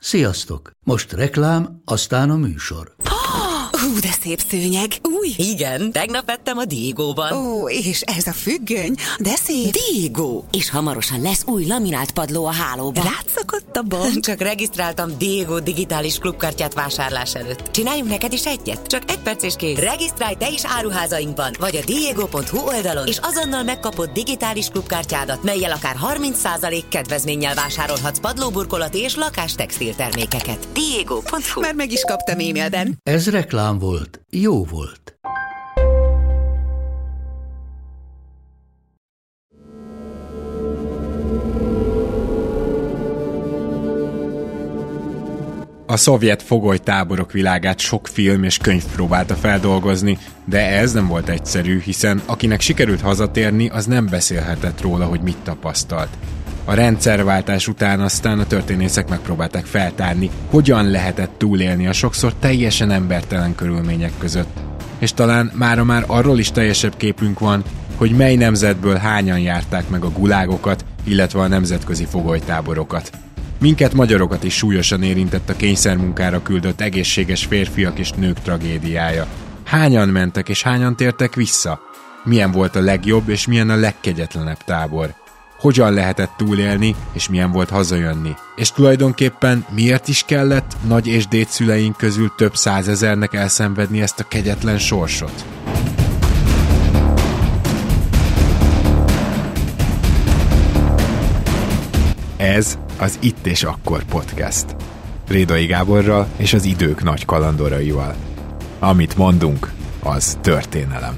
Sziasztok! Most reklám, aztán a műsor. De szép szőnyeg. Új. Igen, tegnap vettem a Diegóban. Ó, és ez a függöny, de szép. Diegó. És hamarosan lesz új laminált padló a hálóban. Rátszakadt a bank. Csak regisztráltam Diegó digitális klubkártyát vásárlás előtt. Csináljunk neked is egyet? Csak 1 perc és kész. Regisztrálj te is áruházainkban, vagy a diego.hu oldalon, és azonnal megkapod digitális klubkártyádat, mellyel akár 30% kedvezménnyel vásárolhatsz padlóburkolati és lakástextil termékeket. Diego.hu. Már meg is kaptam e-mailben. Ez reklám volt. Jó volt. A szovjet fogolytáborok világát sok film és könyv próbálta feldolgozni, de ez nem volt egyszerű, hiszen akinek sikerült hazatérni, az nem beszélhetett róla, hogy mit tapasztalt. A rendszerváltás után aztán a történészek megpróbálták feltárni, hogyan lehetett túlélni a sokszor teljesen embertelen körülmények között. És talán mára már arról is teljesebb képünk van, hogy mely nemzetből hányan járták meg a gulágokat, illetve a nemzetközi fogolytáborokat. Minket, magyarokat is súlyosan érintett a kényszermunkára küldött egészséges férfiak és nők tragédiája. Hányan mentek és hányan tértek vissza? Milyen volt a legjobb és milyen a legkegyetlenebb tábor? Hogyan lehetett túlélni, és milyen volt hazajönni? És tulajdonképpen miért is kellett nagy és dédszüleink közül több százezernek elszenvedni ezt a kegyetlen sorsot? Ez az Itt és Akkor podcast. Rédai Gáborral és az idők nagy kalandoraival. Amit mondunk, az történelem.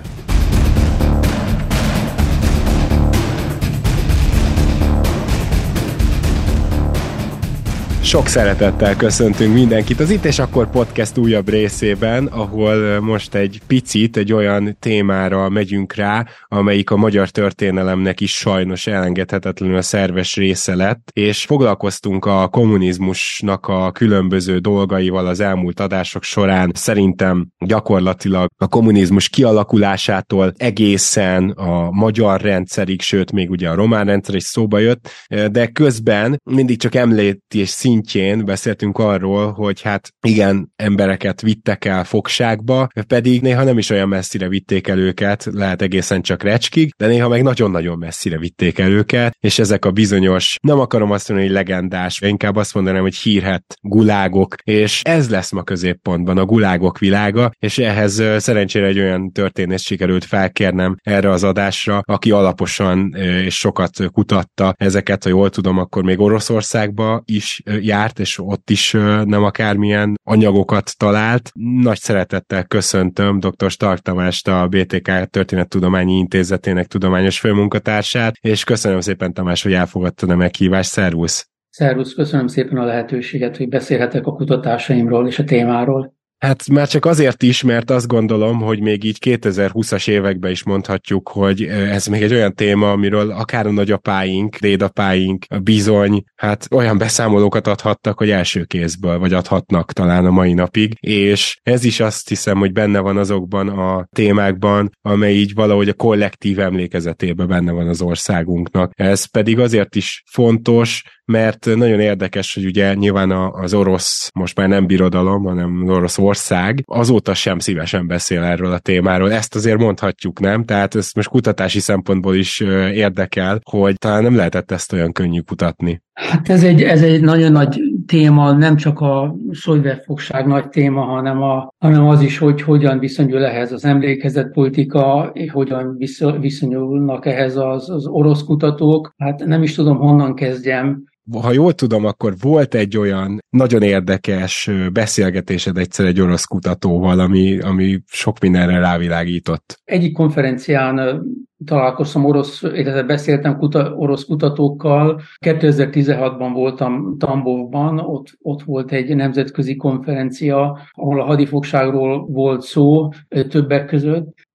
Sok szeretettel köszöntünk mindenkit az Itt és Akkor podcast újabb részében, ahol most egy picit egy olyan témára megyünk rá, amelyik a magyar történelemnek is sajnos elengedhetetlenül a szerves része lett, és foglalkoztunk a kommunizmusnak a különböző dolgaival az elmúlt adások során. Szerintem gyakorlatilag a kommunizmus kialakulásától egészen a magyar rendszerig, sőt még ugye a román rendszer is szóba jött, de közben mindig csak említés szintjén beszéltünk arról, hogy hát igen, embereket vittek el fogságba, pedig néha nem is olyan messzire vitték el őket, lehet egészen csak Recskig, de néha meg nagyon-nagyon messzire vitték el őket, és ezek a bizonyos, nem akarom azt mondani, hogy legendás, inkább azt mondanám, hogy hírhedt gulágok, és ez lesz ma középpontban, a gulágok világa, és ehhez szerencsére egy olyan történész sikerült felkérnem erre az adásra, aki alaposan és sokat kutatta ezeket, ha jól tudom, akkor még Oroszországba is járt, és ott is nem akármilyen anyagokat talált. Nagy szeretettel köszöntöm dr. Stark Tamást, a BTK Történettudományi Intézetének tudományos főmunkatársát, és köszönöm szépen, Tamás, hogy elfogadtad a meghívást. Szervusz! Szervusz, köszönöm szépen a lehetőséget, hogy beszélhetek a kutatásaimról és a témáról. Hát már csak azért is, mert azt gondolom, hogy még így 2020-as években is mondhatjuk, hogy ez még egy olyan téma, amiről akár a nagyapáink, dédapáink bizony, hát olyan beszámolókat adhattak, hogy első kézből, vagy adhatnak talán a mai napig, és ez is azt hiszem, hogy benne van azokban a témákban, amely így valahogy a kollektív emlékezetében benne van az országunknak. Ez pedig azért is fontos, mert nagyon érdekes, hogy ugye nyilván az orosz, most már nem birodalom, hanem az orosz ország, azóta sem szívesen beszél erről a témáról. Ezt azért mondhatjuk, nem? Tehát ez most kutatási szempontból is érdekel, hogy talán nem lehetett ezt olyan könnyű kutatni. Hát ez egy nagyon nagy téma, nem csak a szovjet fogság nagy téma, hanem az is, hogy hogyan viszonyul ehhez az emlékezetpolitika, hogyan viszonyulnak ehhez az orosz kutatók. Hát nem is tudom, honnan kezdjem. Ha jól tudom, akkor volt egy olyan nagyon érdekes beszélgetésed egyszer egy orosz kutatóval, ami sok mindenre rávilágított. Egyik konferencián találkoztam illetve beszéltem orosz kutatókkal. 2016-ban voltam Tambovban, ott volt egy nemzetközi konferencia, ahol a hadifogságról volt szó többek között,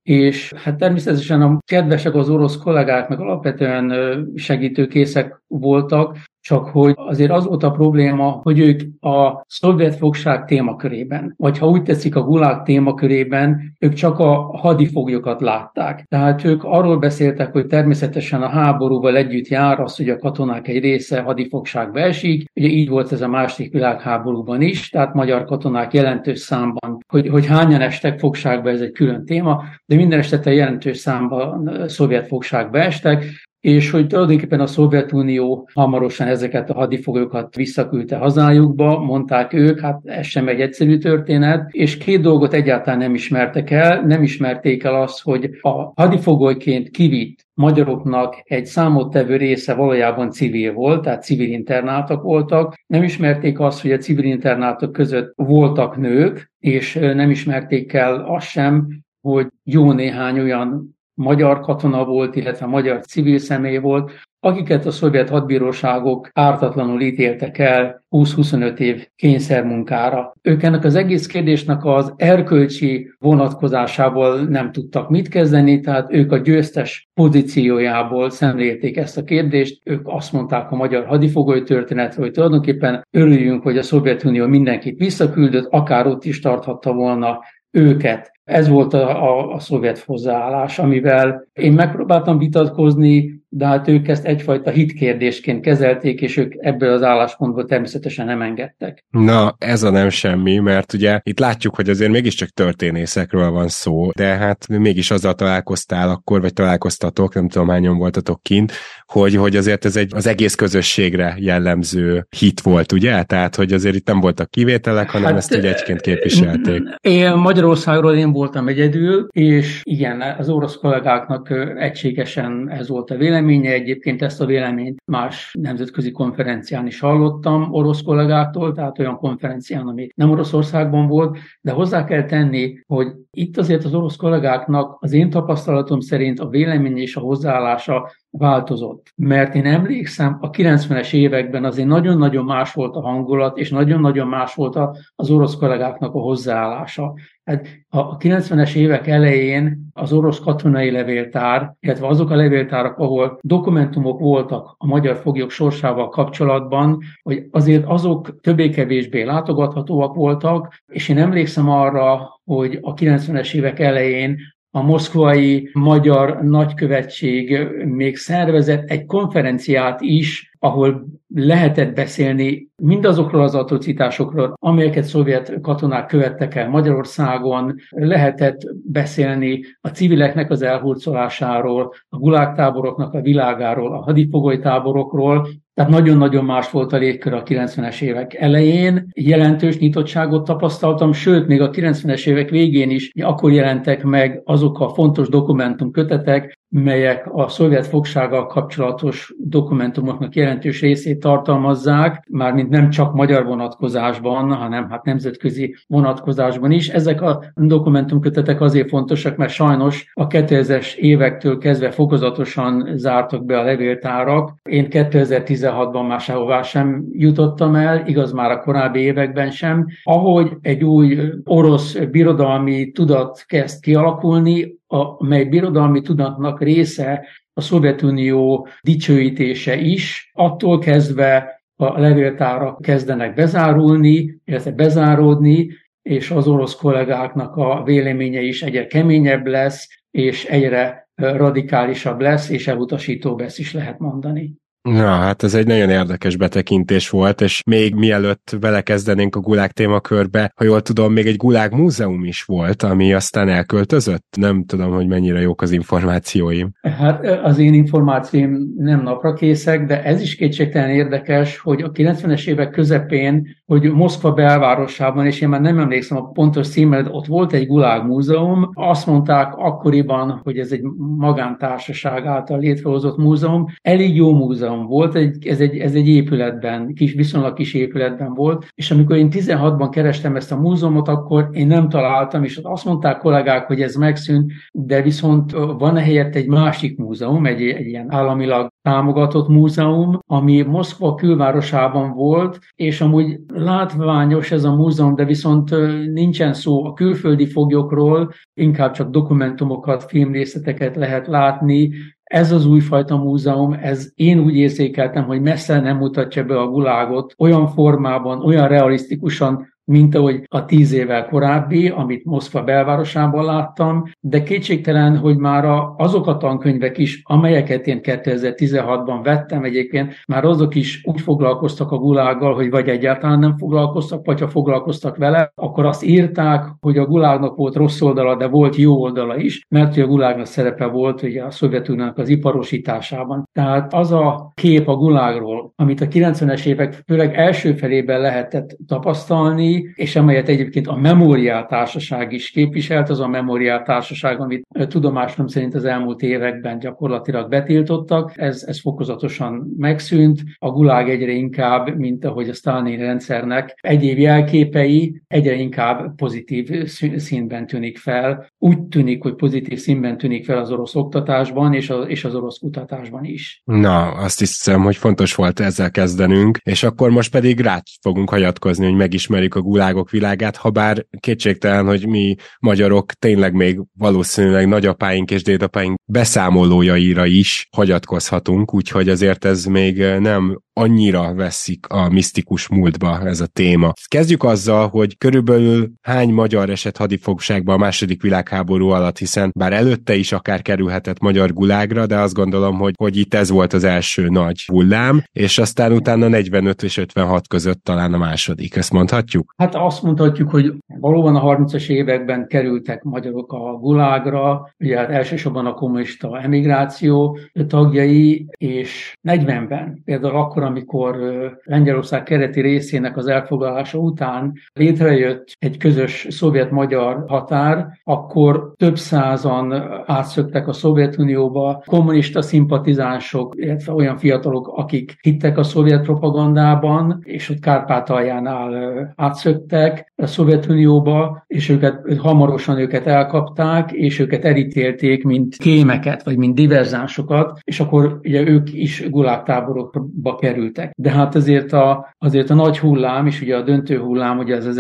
és hát természetesen a kedvesek az orosz kollégák meg alapvetően segítőkészek voltak, csak hogy azért az volt a probléma, hogy ők a szovjet fogság témakörében, vagy ha úgy tetszik a gulág témakörében, ők csak a hadifoglyokat látták. Tehát ők arról beszéltek, hogy természetesen a háborúval együtt jár az, hogy a katonák egy része hadifogságba esik. Ugye így volt ez a második világháborúban is, tehát magyar katonák jelentős számban, hogy hányan estek fogságba, ez egy külön téma, de minden esetre jelentős számban szovjet fogságba estek, és hogy tulajdonképpen a Szovjetunió hamarosan ezeket a hadifoglyokat visszaküldte hazájukba, mondták ők, hát ez sem egy egyszerű történet, és két dolgot egyáltalán nem ismertek el. Nem ismerték el azt, hogy a hadifogolyként kivitt magyaroknak egy számottevő része valójában civil volt, tehát civil internátok voltak. Nem ismerték azt, hogy a civil internátok között voltak nők, és nem ismerték el azt sem, hogy jó néhány olyan magyar katona volt, illetve magyar civil személy volt, akiket a szovjet hadbíróságok ártatlanul ítéltek el 20-25 év kényszermunkára. Ők ennek az egész kérdésnek az erkölcsi vonatkozásával nem tudtak mit kezdeni, tehát ők a győztes pozíciójából szemlélték ezt a kérdést. Ők azt mondták a magyar hadifogoly történetről, hogy tulajdonképpen örüljünk, hogy a Szovjetunió mindenkit visszaküldött, akár ott is tarthatta volna őket. Ez volt a szovjet hozzáállás, amivel én megpróbáltam vitatkozni, de hát ők ezt egyfajta hitkérdésként kezelték, és ők ebből az álláspontból természetesen nem engedtek. Na, ez a nem semmi, mert ugye itt látjuk, hogy azért mégiscsak történészekről van szó, de hát mégis azzal találkoztál akkor, vagy találkoztatok, nem tudom hányan voltatok kint, hogy azért ez az egész közösségre jellemző hit volt, ugye? Tehát, hogy azért itt nem voltak kivételek, hanem hát, ezt ugye egyként képviselték. Magyarországról voltam egyedül, és igen, az orosz kollégáknak egységesen ez volt a véleménye. Egyébként ezt a véleményt más nemzetközi konferencián is hallottam orosz kollégáktól, tehát olyan konferencián, ami nem Oroszországban volt, de hozzá kell tenni, hogy itt azért az orosz kollégáknak az én tapasztalatom szerint a vélemény és a hozzáállása változott. Mert én emlékszem, a 90-es években azért nagyon-nagyon más volt a hangulat, és nagyon-nagyon más volt az orosz kollégáknak a hozzáállása. Hát a 90-es évek elején az orosz katonai levéltár, illetve azok a levéltárak, ahol dokumentumok voltak a magyar foglyok sorsával kapcsolatban, hogy azért azok többé-kevésbé látogathatóak voltak, és én emlékszem arra, hogy a 90-es évek elején a moszkvai magyar nagykövetség még szervezett egy konferenciát is, ahol lehetett beszélni mindazokról az atrocitásokról, amelyeket szovjet katonák követtek el Magyarországon, lehetett beszélni a civileknek az elhurcolásáról, a gulágtáboroknak a világáról, a hadifogolytáborokról. Tehát nagyon-nagyon más volt a légkör a 90-es évek elején. Jelentős nyitottságot tapasztaltam, sőt, még a 90-es évek végén is akkor jelentek meg azok a fontos dokumentumkötetek, melyek a szovjet fogsággal kapcsolatos dokumentumoknak jelentős részét tartalmazzák, mármint nem csak magyar vonatkozásban, hanem hát nemzetközi vonatkozásban is. Ezek a dokumentumkötetek azért fontosak, mert sajnos a 2000-es évektől kezdve fokozatosan zártak be a levéltárak. Én 2016-ban már sehová sem jutottam el, igaz már a korábbi években sem. Ahogy egy új orosz birodalmi tudat kezd kialakulni, amely birodalmi tudatnak része a Szovjetunió dicsőítése is, attól kezdve a levéltárak kezdenek bezárulni, illetve bezáródni, és az orosz kollégáknak a véleménye is egyre keményebb lesz, és egyre radikálisabb lesz, és elutasítóbb lesz is lehet mondani. Na, hát ez egy nagyon érdekes betekintés volt, és még mielőtt belekezdenénk a gulág témakörbe, ha jól tudom, még egy gulág múzeum is volt, ami aztán elköltözött. Nem tudom, hogy mennyire jók az információim. Hát az én információim nem naprakészek, de ez is kétségtelen érdekes, hogy a 90-es évek közepén, hogy Moszkva belvárosában, és én már nem emlékszem a pontos címre, ott volt egy gulág múzeum. Azt mondták akkoriban, hogy ez egy magántársaság által létrehozott múzeum. Elég jó múzeum múzeum volt, ez egy épületben, viszonylag kis épületben volt, és amikor én 16-ban kerestem ezt a múzeumot, akkor én nem találtam, és azt mondták kollégák, hogy ez megszűnt, de viszont van helyett egy másik múzeum, egy ilyen államilag támogatott múzeum, ami Moszkva külvárosában volt, és amúgy látványos ez a múzeum, de viszont nincsen szó a külföldi foglyokról, inkább csak dokumentumokat, filmrészleteket lehet látni. Ez az újfajta múzeum, én úgy érzékeltem, hogy messze nem mutatja be a gulágot olyan formában, olyan realisztikusan, mint ahogy a 10 évvel korábbi, amit Moszkva belvárosában láttam, de kétségtelen, hogy már azok a tankönyvek is, amelyeket én 2016-ban vettem egyébként, már azok is úgy foglalkoztak a gulággal, hogy vagy egyáltalán nem foglalkoztak, vagy ha foglalkoztak vele, akkor azt írták, hogy a gulágnak volt rossz oldala, de volt jó oldala is, mert a gulágnak szerepe volt ugye a Szovjetuniónak az iparosításában. Tehát az a kép a gulágról, amit a 90-es évek főleg első felében lehetett tapasztalni, és amelyet egyébként a Memorial Társaság is képviselt, az a Memorial Társaság, amit tudomásom szerint az elmúlt években gyakorlatilag betiltottak, ez fokozatosan megszűnt, a gulág egyre inkább, mint ahogy a sztálini rendszernek egyéb jelképei egyre inkább pozitív színben tűnik fel. Úgy tűnik, hogy pozitív színben tűnik fel az orosz oktatásban és az orosz kutatásban is. Na, azt hiszem, hogy fontos volt ezzel kezdenünk, és akkor most pedig rá fogunk hagyatkozni, hogy megismerjük a gulágok világát, habár kétségtelen, hogy mi magyarok tényleg még valószínűleg nagyapáink és dédapáink beszámolójaira is hagyatkozhatunk, úgyhogy azért ez még nem annyira veszik a misztikus múltba ez a téma. Kezdjük azzal, hogy körülbelül hány magyar esett hadifogságba a második világháború alatt, hiszen bár előtte is akár kerülhetett magyar gulágra, de azt gondolom, hogy itt ez volt az első nagy hullám, és aztán utána 45 és 56 között talán a második. Ezt mondhatjuk? Hát azt mondhatjuk, hogy valóban a 30-as években kerültek magyarok a gulágra, ugye hát elsősorban a kommunista emigráció tagjai, és 40-ben, például akkor, amikor Lengyelország keleti részének az elfoglalása után létrejött egy közös szovjet-magyar határ, akkor több százan átszöktek a Szovjetunióba, kommunista szimpatizánsok, illetve olyan fiatalok, akik hittek a szovjet propagandában, és ott Kárpátaljánál átszöktek a Szovjetunióba, és hamarosan őket elkapták, és őket elítélték, mint kémeket, vagy mint diverzánsokat, és akkor ugye ők is gulágtáborokba kerültek. De hát azért a nagy hullám, és ugye a döntő hullám ugye az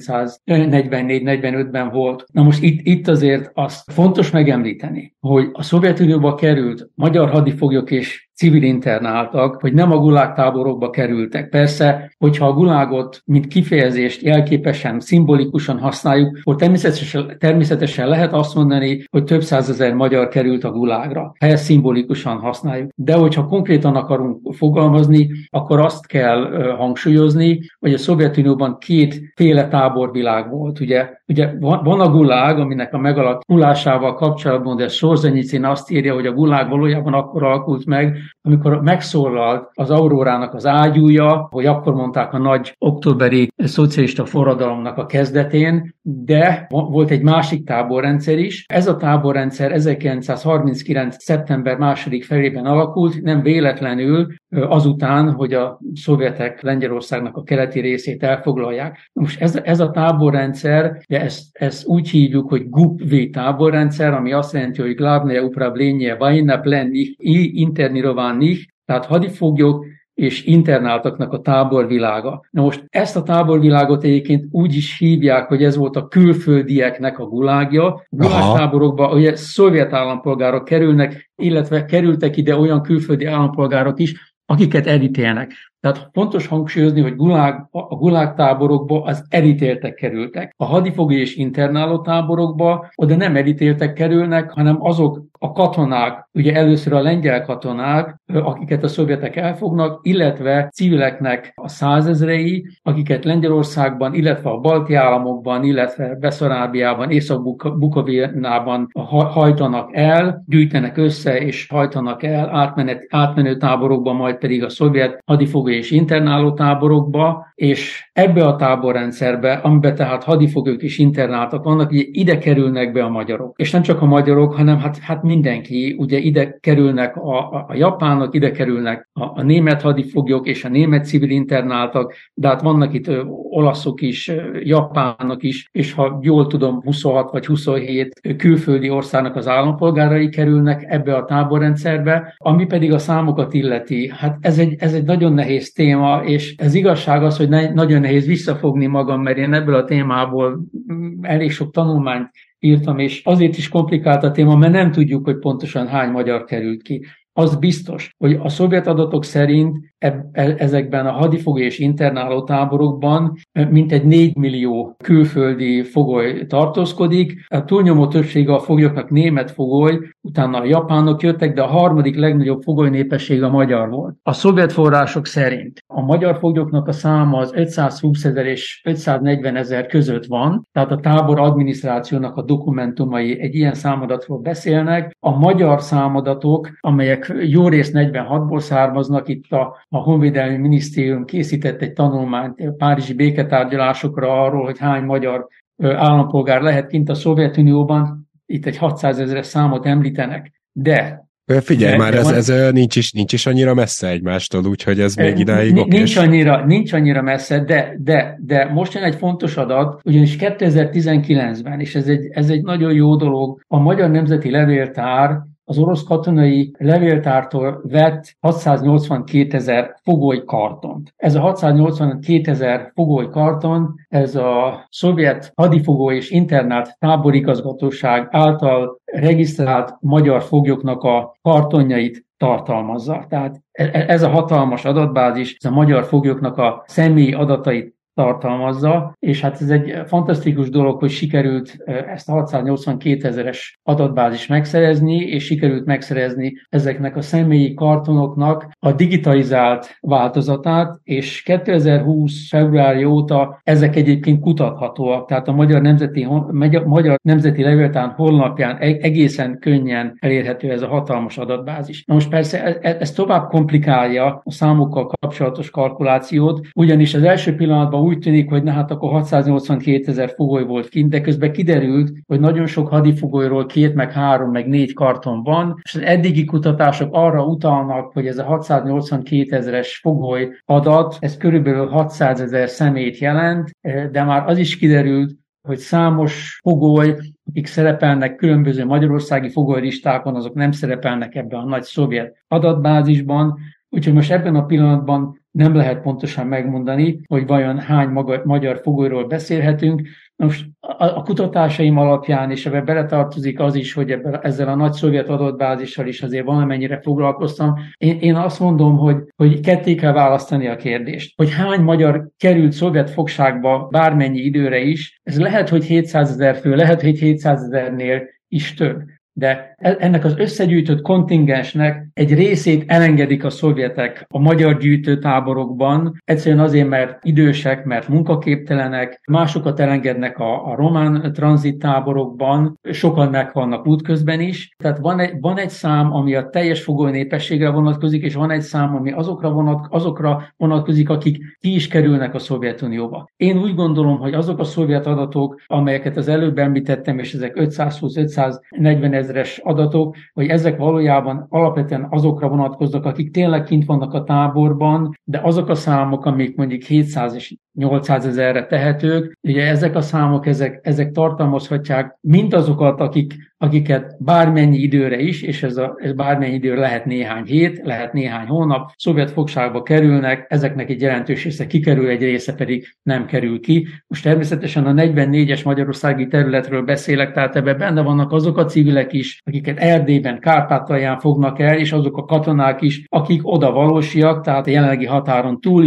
1944-45-ben volt. Na most itt azért azt fontos megemlíteni, hogy a Szovjetunióba került magyar hadifoglyok és civil internáltak, hogy nem a gulágtáborokba kerültek. Persze, hogyha a gulágot, mint kifejezést jelképesen, szimbolikusan használjuk, akkor természetesen lehet azt mondani, hogy több százezer magyar került a gulágra, ha ezt szimbolikusan használjuk. De hogyha konkrétan akarunk fogalmazni, akkor azt kell hangsúlyozni, hogy a Szovjetunióban kétféle táborvilág volt. Ugye van a gulág, aminek a megalakulásával kapcsolatban, de Solzhenyitzin azt írja, hogy a gulág valójában akkor alakult meg, amikor megszólalt az Aurórának az ágyúja, hogy akkor mondták a nagy októberi szocialista forradalomnak a kezdetén, de volt egy másik táborrendszer is. Ez a táborrendszer 1939. szeptember második felében alakult, nem véletlenül azután, hogy a szovjetek Lengyelországnak a keleti részét elfoglalják. Most ez a táborrendszer, ezt úgy hívjuk, hogy GUPV táborrendszer, ami azt jelenti, hogy Glavnaya upravlение военно-пленных и интернированных, tehát hadifoglyok és internáltaknak a táborvilága. Na most ezt a táborvilágot egyébként úgy is hívják, hogy ez volt a külföldieknek a gulágja. A gulágtáborokba ugye szovjet állampolgárok kerülnek, illetve kerültek ide olyan külföldi állampolgárok is, akiket elítélnek. Tehát fontos hangsúlyozni, hogy a gulágtáborokba az elítéltek kerültek. A hadifogly és internáló táborokba oda nem elítéltek kerülnek, hanem azok a katonák, ugye először a lengyel katonák, akiket a szovjetek elfognak, illetve civileknek a százezrei, akiket Lengyelországban, illetve a balti államokban, illetve Beszarábiában, Észak-Bukovinában hajtanak el, gyűjtenek össze és hajtanak el átmenő táborokban, majd pedig a szovjet hadifogly és internáló táborokba, és ebbe a táborrendszerbe, amiben tehát hadifoglyok is internáltak vannak, ugye ide kerülnek be a magyarok. És nem csak a magyarok, hanem hát mindenki, ugye ide kerülnek a japánok, ide kerülnek a német hadifoglyok és a német civil internáltak, de hát vannak itt olaszok is, japánok is, és ha jól tudom, 26 vagy 27 külföldi országnak az állampolgárai kerülnek ebbe a táborrendszerbe, ami pedig a számokat illeti. Hát ez egy nagyon nehéz téma, és ez igazság az, hogy nagyon nehéz visszafogni magam, mert én ebből a témából elég sok tanulmányt írtam, és azért is komplikált a téma, mert nem tudjuk, hogy pontosan hány magyar került ki. Az biztos, hogy a szovjet adatok szerint ezekben a hadifogly és internáló táborokban mintegy 4 millió külföldi fogoly tartózkodik. A túlnyomó többsége a foglyoknak német fogoly, utána a japánok jöttek, de a harmadik legnagyobb fogoly népesség a magyar volt. A szovjet források szerint a magyar foglyoknak a száma az 520 000 és 540 000 között van, tehát a tábor adminisztrációnak a dokumentumai egy ilyen számadatról beszélnek. A magyar számadatok, amelyek jó részt 46-ból származnak, itt a Honvédelmi Minisztérium készített egy tanulmányt a párizsi béketárgyalásokra arról, hogy hány magyar állampolgár lehet kint a Szovjetunióban, itt egy 600 000-es számot említenek, de... Figyelj már, ez nincs is annyira messze egymástól, úgyhogy ez még idáig okés. Nincs annyira messze, de most jön egy fontos adat, ugyanis 2019-ben, és ez egy nagyon jó dolog, a Magyar Nemzeti Levéltár az orosz katonai levéltártól vett 682 000 fogolykartont. Ez a 682 000 fogolykarton, ez a szovjet hadifogoly és internált táborigazgatóság által regisztrált magyar foglyoknak a kartonjait tartalmazza. Tehát ez a hatalmas adatbázis, ez a magyar foglyoknak a személyi adatait tartalmazza, és hát ez egy fantasztikus dolog, hogy sikerült ezt a 682 000-es adatbázis megszerezni, és sikerült megszerezni ezeknek a személyi kartonoknak a digitalizált változatát, és 2020. februárja óta ezek egyébként kutathatóak, tehát a Magyar Nemzeti Levéltár honlapján egészen könnyen elérhető ez a hatalmas adatbázis. Na most persze ez tovább komplikálja a számokkal kapcsolatos kalkulációt, ugyanis az első pillanatban úgy tűnik, hogy hát akkor 682 000 fogoly volt kint, de közben kiderült, hogy nagyon sok hadifogolyról 2, meg 3, meg 4 karton van, és az eddigi kutatások arra utalnak, hogy ez a 682 000-es fogoly adat, ez körülbelül 600 000 személyt jelent, de már az is kiderült, hogy számos fogoly, akik szerepelnek különböző magyarországi fogolylistákon, azok nem szerepelnek ebben a nagy szovjet adatbázisban, úgyhogy most ebben a pillanatban nem lehet pontosan megmondani, hogy vajon hány magyar fogolyról beszélhetünk. Most a kutatásaim alapján, és ebbe beletartozik az is, hogy ezzel a nagy szovjet adatbázissal is azért valamennyire foglalkoztam. Én azt mondom, hogy ketté kell választani a kérdést. Hogy hány magyar került szovjet fogságba bármennyi időre is, ez lehet, hogy 700 000 fő, lehet, hogy 700 000-nél is több. De ennek az összegyűjtött kontingensnek egy részét elengedik a szovjetek a magyar gyűjtőtáborokban, egyszerűen azért, mert idősek, mert munkaképtelenek, másokat elengednek a román tranzittáborokban, sokan meghalnak útközben is. Tehát van egy szám, ami a teljes fogoly népességre vonatkozik, és van egy szám, ami azokra vonatkozik, akik ki is kerülnek a Szovjetunióba. Én úgy gondolom, hogy azok a szovjet adatok, amelyeket az előbb említettem, és ezek 520-540 000-es adatok, hogy ezek valójában alapvetően azokra vonatkoznak, akik tényleg kint vannak a táborban, de azok a számok, amik mondjuk 700 és 800 000-re tehetők, ugye ezek a számok, ezek tartalmazhatják mindazokat, akiket bármennyi időre is, és ez bármennyi idő lehet néhány hét, lehet néhány hónap, szovjet fogságba kerülnek, ezeknek egy jelentős része kikerül, egy része pedig nem kerül ki. Most természetesen a 44-es magyarországi területről beszélek, tehát ebben benne vannak azok a civilek is, akiket Erdélyben, Kárpátalján fognak el, és azok a katonák is, akik oda valósiak, tehát a jelenlegi határon túliak,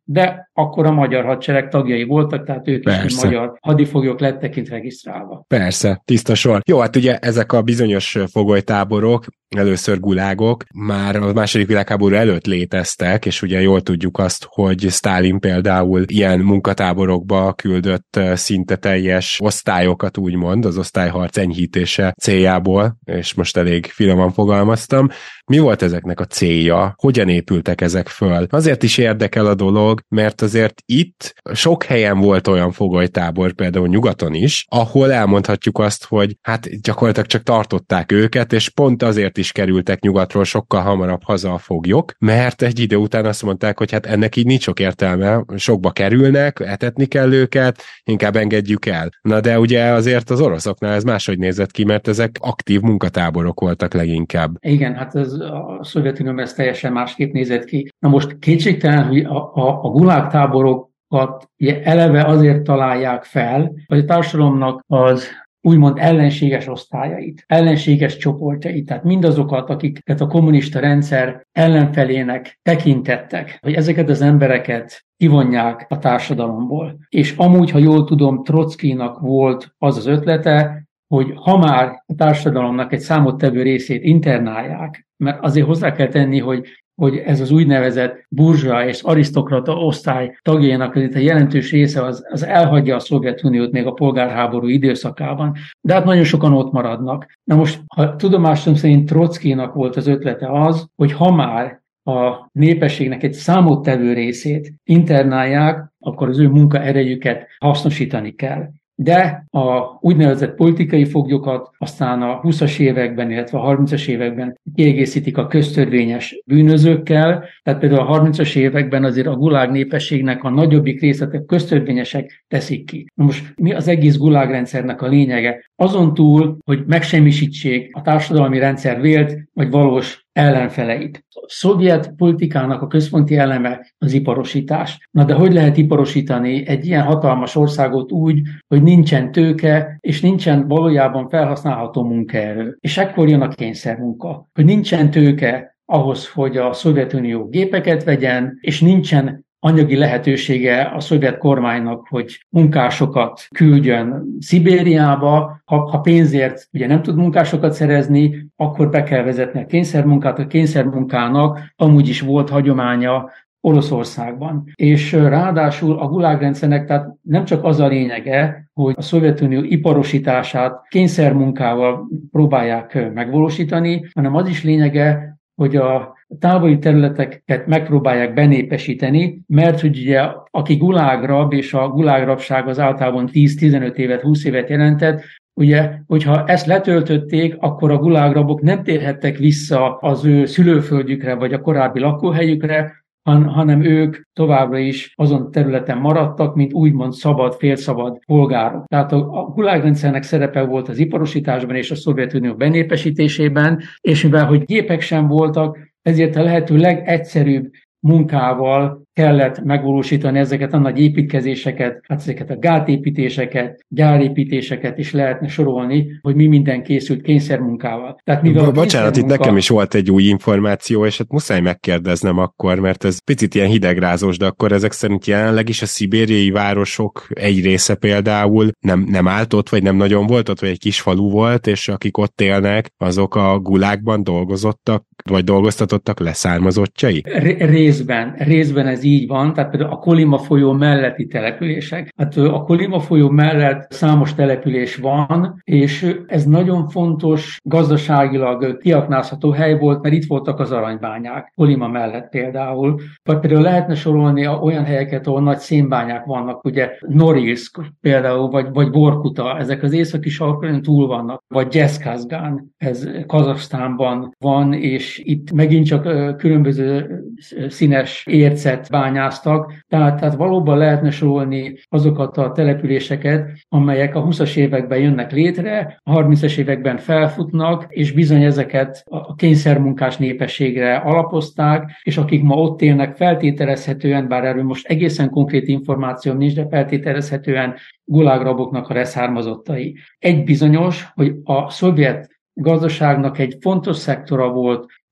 de akkor a magyar hadsereg tagjai voltak, tehát ők is Persze. magyar hadifoglyok lettek kint regisztrálva. Persze, tiszta sor. Jó, hát ugye ezek a bizonyos fogolytáborok, először gulágok, már a II. Világháború előtt léteztek, és ugye jól tudjuk azt, hogy Sztálin például ilyen munkatáborokba küldött szinte teljes osztályokat, úgymond, az osztályharc enyhítése céljából, és most elég finoman fogalmaztam. Mi volt ezeknek a célja? Hogyan épültek ezek föl? Azért is érdekel a dolog, mert azért itt sok helyen volt olyan fogolytábor, például nyugaton is, ahol elmondhatjuk azt, hogy hát gyakorlatilag csak tartották őket, és pont azért is kerültek nyugatról sokkal hamarabb haza a foglyok, mert egy idő után azt mondták, hogy hát ennek így nincs sok értelme, sokba kerülnek, etetni kell őket, inkább engedjük el. Na de ugye azért az oroszoknál ez máshogy nézett ki, mert ezek aktív munkatáborok voltak leginkább. Igen, hát a Szovjetunióban ez teljesen másképp nézett ki. Na most kétségtelen, hogy a gulág táborokat eleve azért találják fel, hogy a társadalomnak az úgymond ellenséges osztályait, ellenséges csoportjait, tehát mindazokat, akiket a kommunista rendszer ellenfelének tekintettek, hogy ezeket az embereket kivonják a társadalomból. És amúgy, ha jól tudom, Trockinak volt az az ötlete, hogy ha már a társadalomnak egy számottevő részét internálják, mert azért hozzá kell tenni, hogy ez az úgynevezett burzsua és arisztokrata osztály tagjainak a jelentős része az elhagyja a Szovjetuniót még a polgárháború időszakában, de hát nagyon sokan ott maradnak. Na most, ha tudomásom szerint Trockinak volt az ötlete az, hogy ha már a népességnek egy számottevő részét internálják, akkor az ő munkaerejüket hasznosítani kell. De a úgynevezett politikai foglyokat aztán a 20-as években, illetve a 30-as években kiegészítik a köztörvényes bűnözőkkel. Tehát például a 30-as években azért a gulág népességnek a nagyobbik részét a köztörvényesek teszik ki. Na most mi az egész gulágrendszernek a lényege? Azon túl, hogy megsemmisítsék a társadalmi rendszer vélt vagy valós ellenfeleit. A szovjet politikának a központi eleme az iparosítás. Na de hogy lehet iparosítani egy ilyen hatalmas országot úgy, hogy nincsen tőke, és nincsen valójában felhasználható munkaerő. És ekkor jön a kényszermunka. Hogy nincsen tőke ahhoz, hogy a Szovjetunió gépeket vegyen, és nincsen anyagi lehetősége a szovjet kormánynak, hogy munkásokat küldjön Szibériába. Ha pénzért ugye nem tud munkásokat szerezni, akkor be kell vezetni a kényszermunkát. A kényszermunkának amúgy is volt hagyománya Oroszországban. És ráadásul a gulágrendszernek tehát nem csak az a lényege, hogy a Szovjetunió iparosítását kényszermunkával próbálják megvalósítani, hanem az is lényege, hogy a távoli területeket megpróbálják benépesíteni, mert hogy ugye aki gulágrab, és a gulágrabság az általában 10-15 évet, 20 évet jelentett, ugye, hogyha ezt letöltötték, akkor a gulágrabok nem térhettek vissza az ő szülőföldjükre, vagy a korábbi lakóhelyükre, hanem ők továbbra is azon területen maradtak, mint úgymond szabad, félszabad polgárok. Tehát a gulágrendszernek szerepe volt az iparosításban és a Szovjetunió benépesítésében, és mivel hogy gépek sem voltak, ezért a lehető legegyszerűbb munkával kellett megvalósítani ezeket a nagy építkezéseket, hát ezeket a gátépítéseket, gyárépítéseket is lehetne sorolni, hogy mi minden készült kényszermunkával. Tehát mivel bocsánat, itt nekem is volt egy új információ, és hát muszáj megkérdeznem akkor, mert ez picit ilyen hidegrázós, de akkor ezek szerint jelenleg is a szibériai városok egy része például nem állt ott, vagy nem nagyon volt ott, vagy egy kis falu volt, és akik ott élnek, azok a gulágban dolgozottak, vagy dolgoztatottak leszármazottjai? Részben ez így van, tehát például a Kolima folyó melletti települések. Hát a Kolima folyó mellett számos település van, és ez nagyon fontos, gazdaságilag kiaknázható hely volt, mert itt voltak az aranybányák, Kolima mellett például. Vagy például lehetne sorolni olyan helyeket, ahol nagy szénbányák vannak, ugye Norilsk például, vagy Vorkuta, ezek az északi sarkon túl vannak, vagy Gyeszkazgán, ez Kazahsztánban van, és itt megint csak különböző színes ércet bányáztak, tehát valóban lehetne sorolni azokat a településeket, amelyek a 20-as években jönnek létre, a 30-as években felfutnak, és bizony ezeket a kényszermunkás népességre alapozták, és akik ma ott élnek feltételezhetően, bár erről most egészen konkrét információm nincs, de feltételezhetően gulágraboknak a leszármazottai. Egy bizonyos, hogy a szovjet gazdaságnak egy fontos szektora volt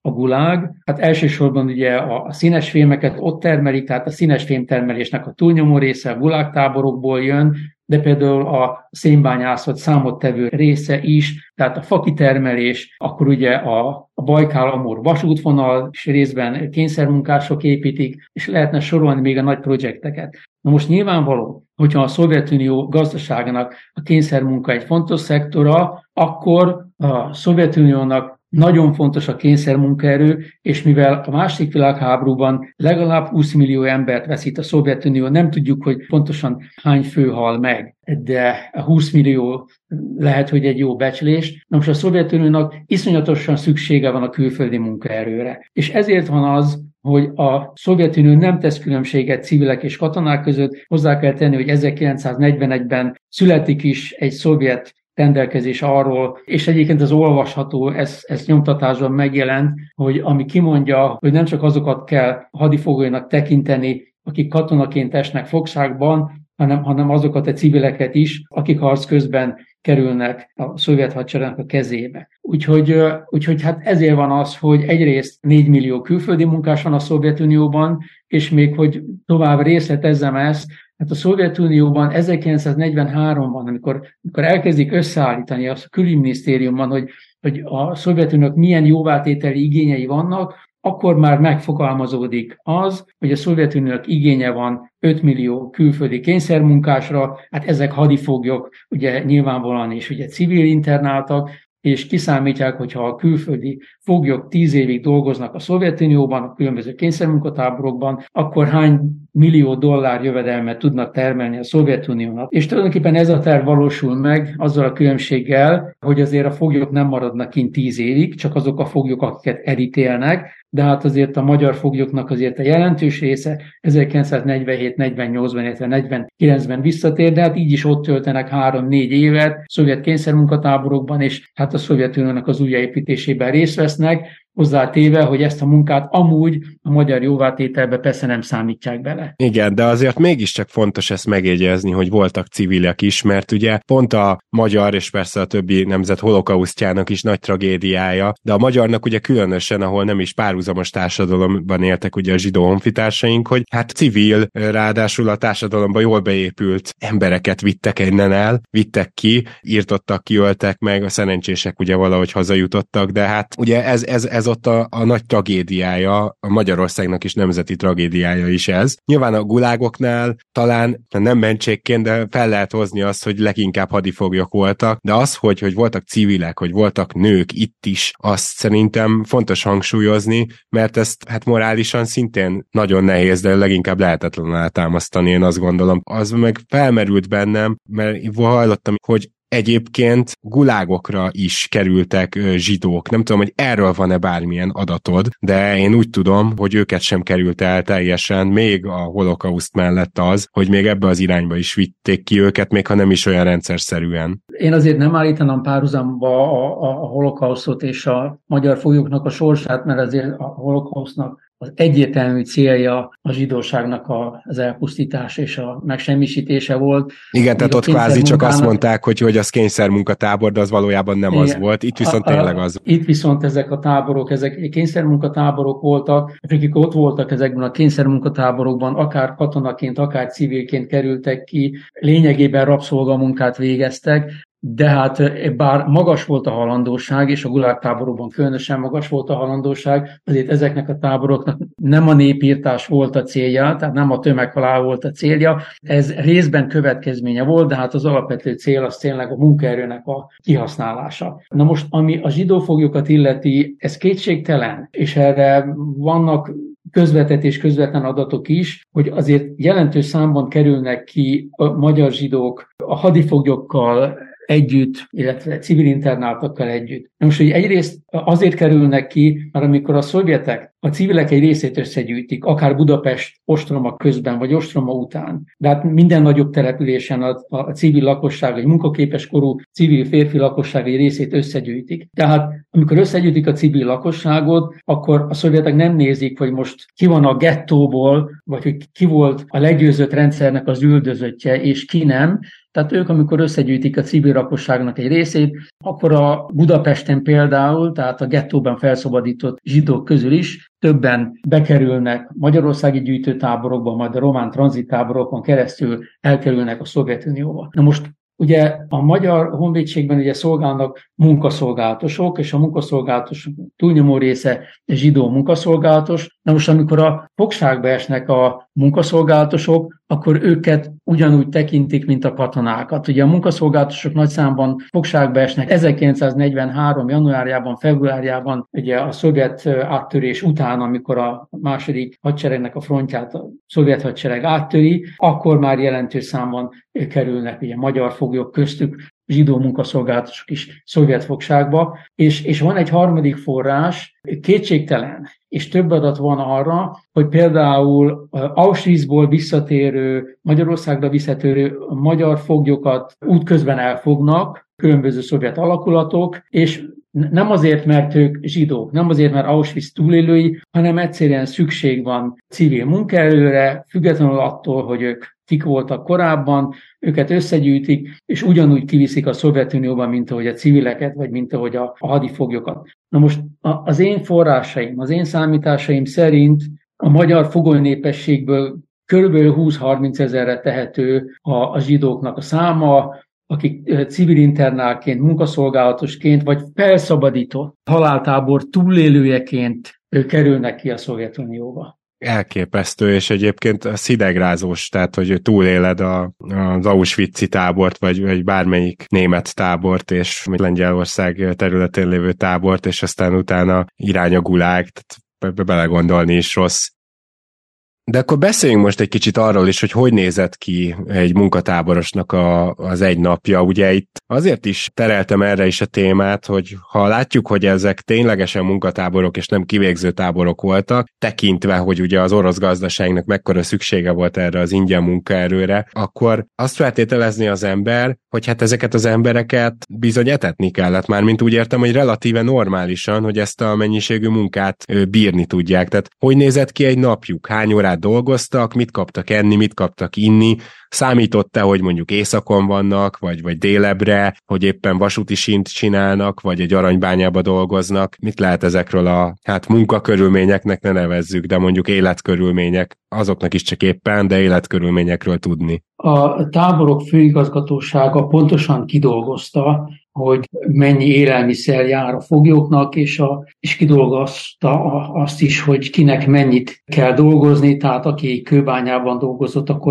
a gulág? Hát elsősorban ugye a színes fémeket ott termelik, tehát a színes fémtermelésnek a túlnyomó része a gulágtáborokból jön, de például a szénbányászat számottevő része is, tehát a fakitermelés, akkor ugye a Bajkál-Amur vasútvonal, és részben kényszermunkások építik, és lehetne sorolni még a nagy projekteket. Na most nyilvánvaló, hogyha a Szovjetunió gazdaságának a kényszermunka egy fontos szektora, akkor a Szovjetuniónak nagyon fontos a kényszermunkaerő, és mivel a második világháborúban legalább 20 millió embert veszít a Szovjetunió, nem tudjuk, hogy pontosan hány fő hal meg, de 20 millió lehet, hogy egy jó becslés. Na most a Szovjetuniónak iszonyatosan szüksége van a külföldi munkaerőre. És ezért van az, hogy a Szovjetunió nem tesz különbséget civilek és katonák között. Hozzá kell tenni, hogy 1941-ben születik is egy szovjet rendelkezés arról, és egyébként az olvasható, ez nyomtatásban megjelent, hogy ami kimondja, hogy nem csak azokat kell hadifoglyoknak tekinteni, akik katonaként esnek fogságban, hanem azokat a civileket is, akik harc közben kerülnek a szovjet hadseregnek a kezébe. Úgyhogy hát ezért van az, hogy egyrészt 4 millió külföldi munkás van a Szovjetunióban, és még hogy tovább részletezzem ezt, hát a Szovjetunióban 1943-ban, amikor elkezdik összeállítani a külügyminisztériumban, hogy a Szovjetuniónak milyen jóvátételi igényei vannak, akkor már megfogalmazódik az, hogy a Szovjetuniónak igénye van 5 millió külföldi kényszermunkásra, hát ezek hadifoglyok, ugye nyilvánvalóan is ugye civil internáltak, és kiszámítják, hogyha a külföldi foglyok 10 évig dolgoznak a Szovjetunióban, a különböző kényszermunkatáborokban, akkor hány millió dollár jövedelmet tudnak termelni a Szovjetuniónak. És tulajdonképpen ez a terv valósul meg azzal a különbséggel, hogy azért a foglyok nem maradnak kint 10 évig, csak azok a foglyok, akiket elítélnek, de hát azért a magyar foglyoknak azért a jelentős része 1947-48-ban, illetve 49-ben visszatér, de hát így is ott töltenek 3-4 évet szovjet kényszermunkatáborokban, és hát a Szovjetuniónak az újjáépítésében részt vesznek, hozzátéve, hogy ezt a munkát amúgy a magyar jóvátételbe persze nem számítják bele. Igen, de azért mégiscsak fontos ezt megjegyezni, hogy voltak civilek is, mert ugye pont a magyar és persze a többi nemzet holokausztjának is nagy tragédiája, de a magyarnak ugye különösen, ahol nem is párhuzamos társadalomban éltek ugye a zsidó honfitársaink, hogy hát civil, ráadásul a társadalomban jól beépült embereket vittek innen el, vittek ki, írtottak, kiöltek meg, a szerencsések ugye valahogy hazajutottak, de hát ugye ez ott a nagy tragédiája, a Magyarországnak is nemzeti tragédiája is ez. Nyilván a gulágoknál talán nem mentségként, de fel lehet hozni azt, hogy leginkább hadifoglyok voltak, de az, hogy voltak civilek, hogy voltak nők itt is, azt szerintem fontos hangsúlyozni, mert ezt hát morálisan szintén nagyon nehéz, de leginkább lehetetlen eltámasztani, én azt gondolom. Az meg felmerült bennem, mert hallottam, hogy egyébként gulágokra is kerültek zsidók. Nem tudom, hogy erről van-e bármilyen adatod, de én úgy tudom, hogy őket sem került el teljesen, még a holokauszt mellett az, hogy még ebbe az irányba is vitték ki őket, még ha nem is olyan rendszerszerűen. Én azért nem állítanám párhuzamba a holokausztot és a magyar foglyoknak a sorsát, mert azért a holokausztnak az egyértelmű célja a zsidóságnak az elpusztítása és a megsemmisítése volt. Igen, tehát ott kvázi csak azt mondták, hogy az kényszermunkatábor, de az valójában nem az volt. Itt viszont tényleg az. Itt viszont ezek a táborok, ezek kényszermunkatáborok voltak, akik ott voltak ezekben a kényszermunkatáborokban, akár katonaként, akár civilként kerültek ki, lényegében rabszolgamunkát végeztek, de hát bár magas volt a halandóság, és a gulágtáborokban különösen magas volt a halandóság, azért ezeknek a táboroknak nem a népírtás volt a célja, tehát nem a tömeghalál volt a célja, ez részben következménye volt, de hát az alapvető cél az tényleg a munkaerőnek a kihasználása. Na most, ami a zsidófoglyokat illeti, ez kétségtelen, és erre vannak közvetett és közvetlen adatok is, hogy azért jelentős számban kerülnek ki a magyar zsidók a hadifoglyokkal együtt, illetve civil internáltakkal együtt. Most, hogy egyrészt azért kerülnek ki, mert amikor a szovjetek a civilek egy részét összegyűjtik, akár Budapest ostroma közben, vagy ostroma után, de hát minden nagyobb településen a civil lakosság, egy munkaképes korú civil férfi lakosság egy részét összegyűjtik. Tehát amikor összegyűjtik a civil lakosságot, akkor a szovjetek nem nézik, hogy most ki van a gettóból, vagy hogy ki volt a legyőzött rendszernek az üldözöttje, és ki nem. Tehát ők, amikor összegyűjtik a civil lakosságnak egy részét, akkor a Budapesten például, tehát a gettóban felszabadított zsidók közül is többen bekerülnek magyarországi gyűjtőtáborokba, majd a román tranzittáborokon keresztül elkerülnek a Szovjetunióba. Na most ugye a Magyar Honvédségben ugye szolgálnak munkaszolgálatosok, és a munkaszolgálatosok túlnyomó része zsidó munkaszolgálatos. Na most, amikor a fogságba esnek a munkaszolgálatosok, akkor őket ugyanúgy tekintik, mint a katonákat. Ugye a munkaszolgálatosok nagy számban fogságba esnek 1943. januárjában, februárjában, ugye a szovjet áttörés után, amikor a második hadseregnek a frontját a szovjet hadsereg áttöri, akkor már jelentős számban kerülnek ugye magyar foglyok, köztük zsidó munkaszolgálatosok is szovjet fogságba, és van egy harmadik forrás, kétségtelen, és több adat van arra, hogy például Auschwitzból visszatérő, Magyarországra visszatérő magyar foglyokat útközben elfognak, különböző szovjet alakulatok, és nem azért, mert ők zsidók, nem azért, mert Auschwitz túlélői, hanem egyszerűen szükség van civil munkaerőre, függetlenül attól, hogy ők kik voltak korábban, őket összegyűjtik, és ugyanúgy kiviszik a Szovjetunióba, mint ahogy a civileket, vagy mint ahogy a hadifoglyokat. Na most az én forrásaim, az én számításaim szerint a magyar fogoly népességből kb. 20-30 ezerre tehető a zsidóknak a száma, akik civil internálként, munkaszolgálatosként, vagy felszabadított haláltábor túlélőjeként kerülnek ki a Szovjetunióba. Elképesztő, és egyébként szidegrázós, tehát hogy túléled az Auschwitz-i tábort, vagy bármelyik német tábort, és Lengyelország területén lévő tábort, és aztán utána irány a gulág, tehát belegondolni is rossz. De akkor beszéljünk most egy kicsit arról is, hogy nézett ki egy munkatáborosnak az egy napja. Ugye itt azért is tereltem erre is a témát, hogy ha látjuk, hogy ezek ténylegesen munkatáborok és nem kivégző táborok voltak, tekintve, hogy ugye az orosz gazdaságnak mekkora szüksége volt erre az ingyen munkaerőre, akkor azt feltételezni az ember, hogy hát ezeket az embereket bizony etetni kellett már, mint úgy értem, hogy relatíve normálisan, hogy ezt a mennyiségű munkát bírni tudják. Tehát hogy nézett ki egy napjuk? Hány órát dolgoztak, mit kaptak enni, mit kaptak inni, számított-e, hogy mondjuk északon vannak, vagy délebre, hogy éppen vasúti sínt csinálnak, vagy egy aranybányába dolgoznak. Mit lehet ezekről a munkakörülményeknek ne nevezzük, de mondjuk életkörülmények, azoknak is csak éppen, de életkörülményekről tudni? A táborok főigazgatósága pontosan kidolgozta, hogy mennyi élelmiszer jár a foglyoknak, és kidolgozta azt is, hogy kinek mennyit kell dolgozni, tehát aki kőbányában dolgozott, akkor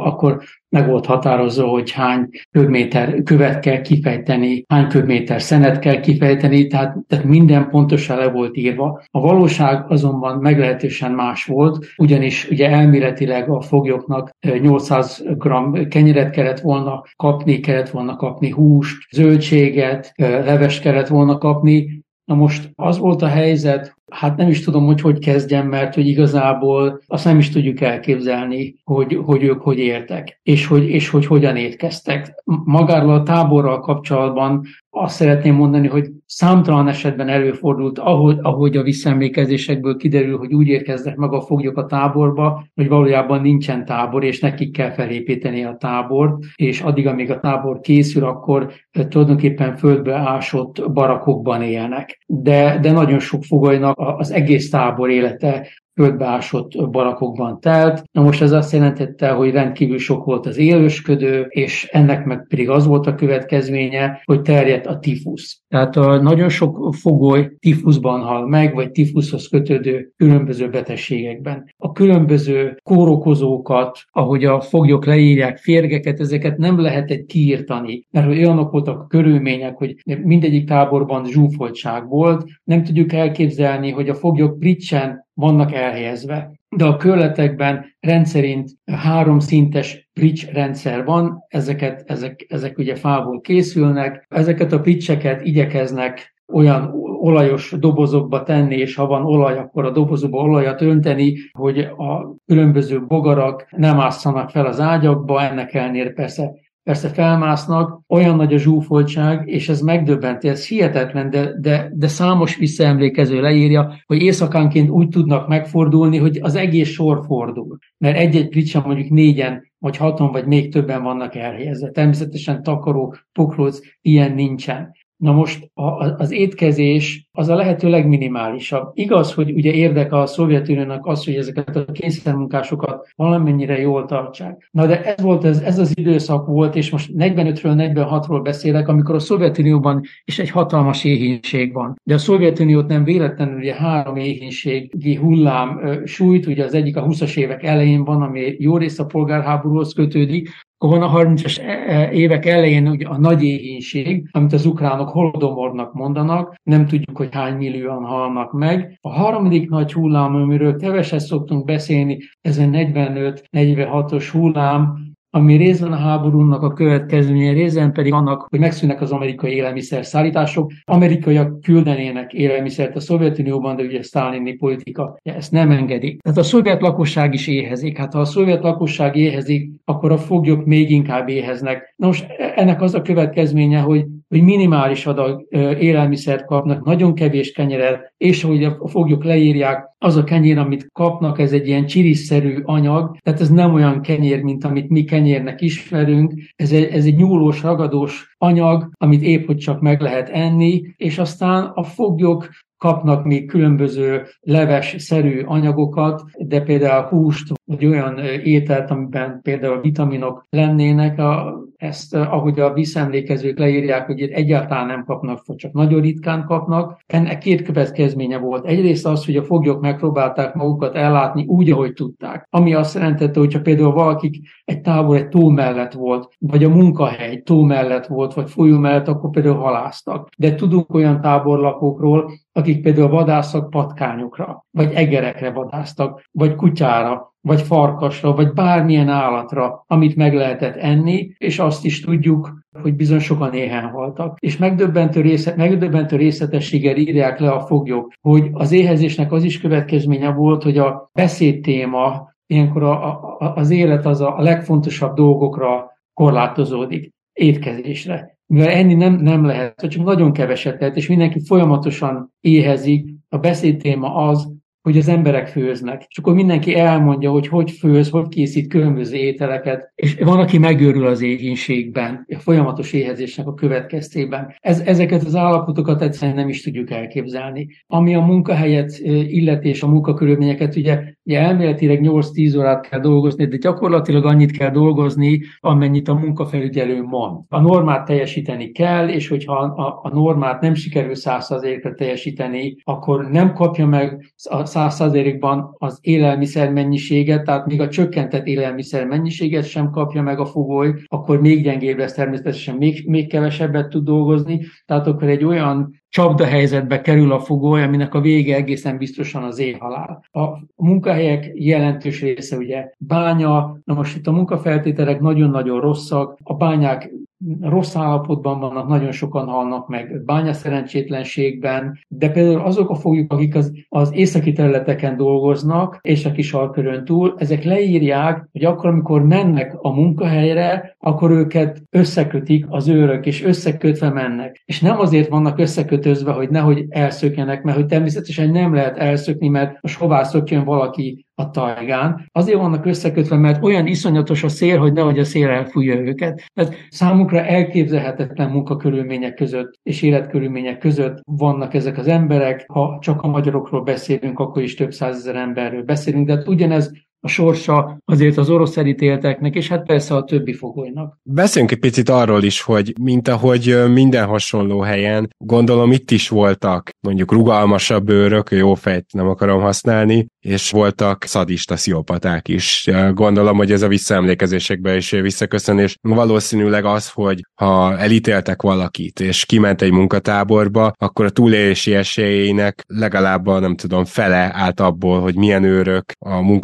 meg volt határozva, hogy hány köbméter követ kell kifejteni, hány köbméter szenet kell kifejteni, tehát minden pontosan le volt írva. A valóság azonban meglehetősen más volt, ugyanis ugye elméletileg a foglyoknak 800 g kenyeret kellett volna kapni húst, zöldséget, levest kellett volna kapni. Na most az volt a helyzet, hát nem is tudom, hogy kezdjem, mert hogy igazából azt nem is tudjuk elképzelni, hogy ők hogy éltek, és hogy hogyan étkeztek. Magáról a táborral kapcsolatban azt szeretném mondani, hogy számtalan esetben előfordult, ahogy a visszaemlékezésekből kiderül, hogy úgy érkeznek meg a foglyok a táborba, hogy valójában nincsen tábor, és nekik kell felépíteni a tábort, és addig, amíg a tábor készül, akkor tulajdonképpen földbe ásott barakokban élnek. De nagyon sok fogolynak az egész tábor élete földbeásott barakokban telt. Na most ez azt jelentette, hogy rendkívül sok volt az élősködő, és ennek meg pedig az volt a következménye, hogy terjedt a tifusz. Tehát nagyon sok fogoly tifuszban hal meg, vagy tifuszhoz kötődő különböző betegségekben. A különböző kórokozókat, ahogy a foglyok leírják, férgeket, ezeket nem lehetett kiírtani, mert olyanok voltak a körülmények, hogy mindegyik táborban zsúfoltság volt. Nem tudjuk elképzelni, hogy a foglyok pricsen vannak elhelyezve. De a körletekben rendszerint 3 szintes prics rendszer van, ezek ugye fából készülnek. Ezeket a pricseket igyekeznek olyan olajos dobozokba tenni, és ha van olaj, akkor a dobozokba olajat önteni, hogy a különböző bogarak nem ásszanak fel az ágyakba, ennek ellenére persze persze felmásznak, olyan nagy a zsúfoltság, és ez megdöbbentő, ez hihetetlen, de számos visszaemlékező leírja, hogy éjszakánként úgy tudnak megfordulni, hogy az egész sor fordul. Mert egy-egy pricsa mondjuk 4-en, vagy 6-on, vagy még többen vannak elhelyezve. Természetesen takaró, poklóc, ilyen nincsen. Na most az étkezés az a lehető legminimálisabb. Igaz, hogy ugye érdeke a Szovjetuniónak az, hogy ezeket a kényszermunkásokat valamennyire jól tartsák. Na de ez az időszak volt, és most 45-ről, 46-ról beszélek, amikor a Szovjetunióban is egy hatalmas éhínség van. De a Szovjetuniót nem véletlenül ugye 3 éhínségi hullám sújt, ugye az egyik a 20-as évek elején van, ami jó részt a polgárháborúhoz kötődik. Akkor van a 30-as évek elején ugye a nagy éhínség, amit az ukránok holodomornak mondanak, nem tudjuk, hogy hány millióan halnak meg. A harmadik nagy hullám, amiről keveset szoktunk beszélni, ez a 45-46-os hullám, ami részben a háborúnak a következménye, részben pedig annak, hogy megszűnnek az amerikai élelmiszerszállítások. Amerikaiak küldenének élelmiszert a Szovjetunióban, de ugye a sztálini politika ezt nem engedi. Tehát a szovjet lakosság is éhezik. Hát ha a szovjet lakosság éhezik, akkor a foglyok még inkább éheznek. Na most ennek az a következménye, hogy minimális adag élelmiszert kapnak, nagyon kevés kenyeret, és ahogy a foglyok leírják, az a kenyér, amit kapnak, ez egy ilyen csiriszerű anyag, tehát ez nem olyan kenyér, mint amit mi kenyérnek ismerünk, ez egy nyúlós, ragadós anyag, amit épp hogy csak meg lehet enni, és aztán a foglyok kapnak még különböző leves-szerű anyagokat, de például húst, vagy olyan ételt, amiben például vitaminok lennének, ezt, ahogy a visszaemlékezők leírják, hogy egyáltalán nem kapnak, vagy csak nagyon ritkán kapnak. Ennek 2 következménye volt. Egyrészt az, hogy a foglyok megpróbálták magukat ellátni úgy, ahogy tudták. Ami azt jelentette, hogyha például valakik egy tábor egy tó mellett volt, vagy a munkahely tó mellett volt, vagy folyó mellett, akkor például halásztak. De tudunk olyan táborlakókról, akik például vadásztak patkányokra, vagy egerekre vadásztak, vagy kutyára, vagy farkasra, vagy bármilyen állatra, amit meg lehetett enni, és azt is tudjuk, hogy bizony sokan éhen haltak. És megdöbbentő részletességgel írják le a foglyok, hogy az éhezésnek az is következménye volt, hogy a beszédtéma, ilyenkor az élet az a legfontosabb dolgokra korlátozódik, étkezésre. Mivel enni nem lehet, csak nagyon keveset lehet, és mindenki folyamatosan éhezik, a beszédtéma az, hogy az emberek főznek. És akkor mindenki elmondja, hogy főz, hogy készít különböző ételeket, és van, aki megőrül az éhínségben, a folyamatos éhezésnek a következtében. Ezeket az állapotokat egyszerűen nem is tudjuk elképzelni. Ami a munkahelyet illeti és a munkakörülményeket, ugye elméletileg 8-10 órát kell dolgozni, de gyakorlatilag annyit kell dolgozni, amennyit a munkafelügyelő mond. A normát teljesíteni kell, és hogyha a normát nem sikerül 100%-ra teljesíteni, akkor nem kapja meg a 100%-ban az élelmiszer mennyiséget, tehát még a csökkentett élelmiszer mennyiséget sem kapja meg a fogoly, akkor még gyengébb lesz, természetesen még kevesebbet tud dolgozni, tehát akkor egy olyan csapdahelyzetbe kerül a fogoly, aminek a vége egészen biztosan az éhhalál. A munkahelyek jelentős része ugye bánya, na most itt a munkafeltételek nagyon-nagyon rosszak, a bányák rossz állapotban vannak, nagyon sokan halnak meg bányaszerencsétlenségben, de például azok a foglyok, akik az északi területeken dolgoznak, északi sarkkörön túl, ezek leírják, hogy akkor, amikor mennek a munkahelyre, akkor őket összekötik az őrök, és összekötve mennek. És nem azért vannak összekötözve, hogy nehogy elszökjenek, mert hogy természetesen nem lehet elszökni, mert most hová szökjön valaki a tajgán. Azért vannak összekötve, mert olyan iszonyatos a szél, hogy nehogy a szél elfújja őket. Tehát számunkra elképzelhetetlen munkakörülmények között és életkörülmények között vannak ezek az emberek. Ha csak a magyarokról beszélünk, akkor is több százezer emberről beszélünk, de hát ugyanez a sorsa azért az orosz elítélteknek, és hát persze a többi fogolynak. Beszéljünk egy picit arról is, hogy mint ahogy minden hasonló helyen, gondolom itt is voltak mondjuk rugalmasabb őrök, jó fejt nem akarom használni, és voltak szadista sziopaták is. Gondolom, hogy ez a visszaemlékezésekben is visszaköszön, és valószínűleg az, hogy ha elítéltek valakit, és kiment egy munkatáborba, akkor a túlélési esélyeinek legalább nem tudom, fele állt abból, hogy milyen őrök a munka során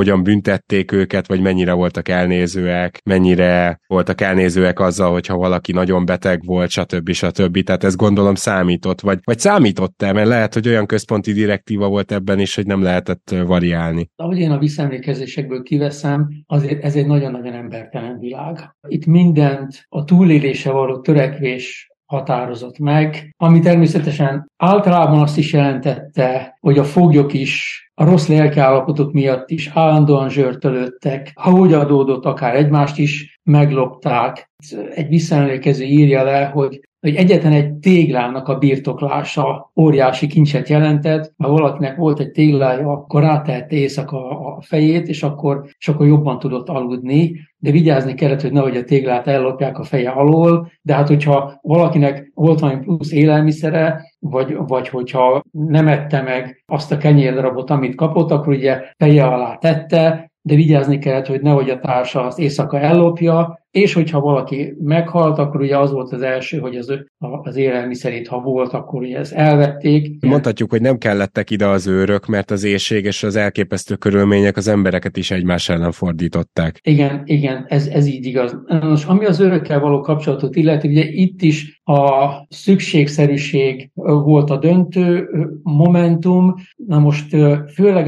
hogyan büntették őket, vagy mennyire voltak elnézőek, mennyire voltak elnézőek azzal, hogyha valaki nagyon beteg volt, stb. Tehát ez gondolom számított, vagy számított-e, mert lehet, hogy olyan központi direktíva volt ebben is, hogy nem lehetett variálni. Ahogy én a visszaemlékezésekből kiveszem, azért ez egy nagyon-nagyon embertelen világ. Itt mindent a túlélése való törekvés határozott meg, ami természetesen általában azt is jelentette, hogy a foglyok is a rossz lelkiállapotok miatt is állandóan zsörtölődtek, ha úgy adódott, akár egymást is meglopták. Egy visszaemlékező írja le, hogy egyetlen egy téglának a birtoklása óriási kincset jelentett, ha valakinek volt egy téglája, akkor rátehette éjszaka a fejét, és akkor jobban tudott aludni, de vigyázni kellett, hogy nehogy a téglát ellopják a feje alól, de hát hogyha valakinek volt valami plusz élelmiszere, vagy hogyha nem ette meg azt a kenyérdarabot, amit kapott, akkor ugye feje alá tette, de vigyázni kellett, hogy nehogy a társa azt éjszaka ellopja, és hogyha valaki meghalt, akkor ugye az volt az első, hogy az élelmiszerét, ha volt, akkor ugye ezt elvették. Mondhatjuk, hogy nem kellettek ide az őrök, mert az éhség és az elképesztő körülmények az embereket is egymás ellen fordították. Igen, ez így igaz. Most, ami az őrökkel való kapcsolatot illeti, ugye itt is a szükségszerűség volt a döntő momentum. Na most főleg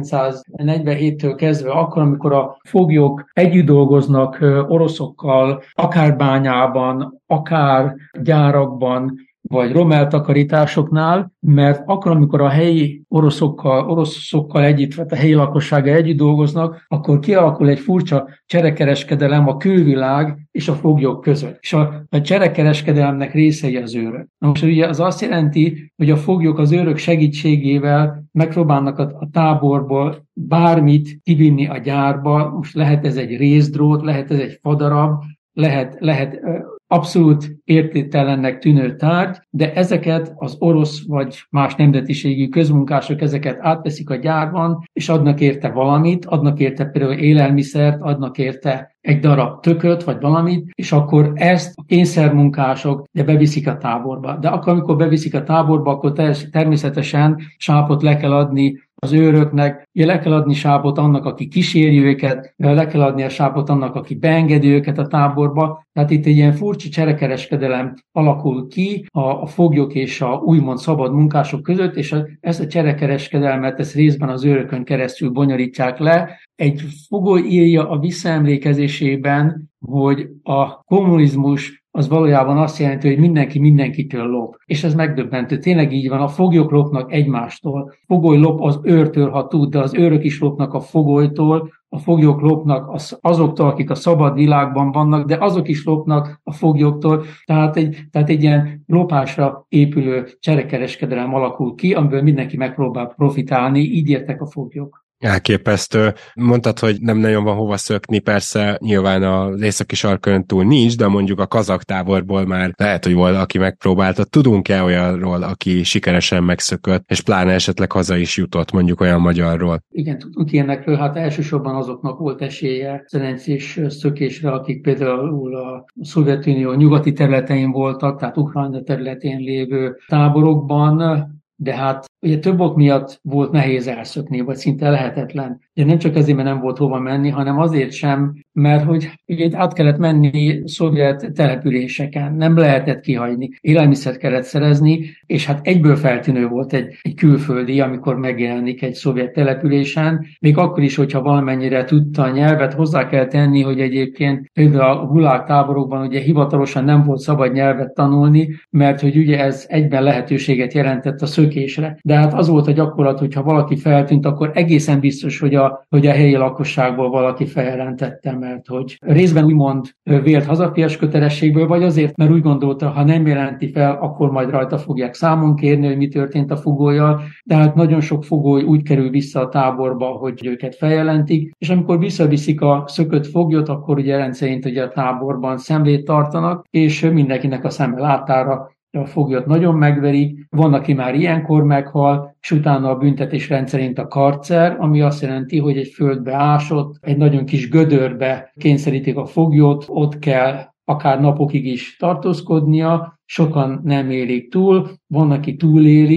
1947-től kezdve, akkor, amikor a foglyok együtt dolgoznak oroszokkal, akár bányában, akár gyárakban, vagy romeltakarításoknál, mert akkor, amikor a helyi oroszokkal együtt, vagy a helyi lakossággal együtt dolgoznak, akkor kialakul egy furcsa cserekereskedelem a külvilág és a foglyok között. És a cserekereskedelemnek részei az őrök. Na most ugye az azt jelenti, hogy a foglyok az őrök segítségével megpróbálnak a táborból bármit kivinni a gyárba. Most lehet ez egy részdrót, lehet ez egy fadarab, lehet abszolút értéktelennek tűnő tárgy, de ezeket az orosz vagy más nemzetiségű közmunkások ezeket átveszik a gyárban, és adnak érte valamit, adnak érte például élelmiszert, adnak érte egy darab tököt, vagy valamit, és akkor ezt a kényszermunkások beviszik a táborba. De akkor, amikor beviszik a táborba, akkor természetesen sápot le kell adni az őröknek, le kell adni sápot annak, aki kíséri őket, le kell adni a sápot annak, aki beengedi őket a táborba. Tehát itt egy ilyen furcsa cserekereskedelem alakul ki a foglyok és a úgymond szabad munkások között, és ezt a cserekereskedelmet ezt részben az őrökön keresztül bonyolítják le. Egy fogoly írja a visszaemlékezésében, hogy a kommunizmus az valójában azt jelenti, hogy mindenki mindenkitől lop. És ez megdöbbentő. Tényleg így van, a foglyok lopnak egymástól. Fogoly lop az őrtől, ha tud, de az őrök is lopnak a fogolytól, a foglyok lopnak azoktól, akik a szabad világban vannak, de azok is lopnak a foglyoktól. Tehát egy ilyen lopásra épülő cserekereskedelem alakul ki, amiből mindenki megpróbál profitálni, így értek a foglyok. Elképesztő. Mondtad, hogy nem nagyon van hova szökni, persze nyilván az északi sarkon túl nincs, de mondjuk a kazak táborból már lehet, hogy valaki megpróbálta. Tudunk-e olyanról, aki sikeresen megszökött, és pláne esetleg haza is jutott, mondjuk olyan magyarról? Igen, tudunk ilyenekről, hát elsősorban azoknak volt esélye szerencsés szökésre, akik például a Szovjetunió nyugati területein voltak, tehát Ukrajna területén lévő táborokban, de hát ugye több ok miatt volt nehéz elszökni, vagy szinte lehetetlen. Ugye nem csak azért, mert nem volt hova menni, hanem azért sem, mert hogy ugye át kellett menni szovjet településeken, nem lehetett kihagyni, élelmiszert kellett szerezni, és hát egyből feltűnő volt egy külföldi, amikor megjelenik egy szovjet településen, még akkor is, hogyha valamennyire tudta a nyelvet, hozzá kell tenni, hogy egyébként például a gulág táborokban ugye hivatalosan nem volt szabad nyelvet tanulni, mert hogy ugye ez egyben lehetőséget jelentett a szökésre. De hát az volt a gyakorlat, hogyha valaki feltűnt, akkor egészen biztos, hogy a helyi lakosságból valaki feljelentette, mert hogy részben úgymond vélt hazafias kötelességből, vagy azért, mert úgy gondolta, ha nem jelenti fel, akkor majd rajta fogják számon kérni, hogy mi történt a fogollyal. De hát nagyon sok fogoly úgy kerül vissza a táborba, hogy őket feljelentik, és amikor visszaviszik a szökött foglyot, akkor ugye rendszerint ugye a táborban szemlét tartanak, és mindenkinek a szeme látára a foglyot nagyon megverik, van, aki már ilyenkor meghal, és utána a büntetés rendszerint a karcer, ami azt jelenti, hogy egy földbe ásott, egy nagyon kis gödörbe kényszerítik a foglyot, ott kell akár napokig is tartózkodnia, sokan nem élik túl, van, aki túléli,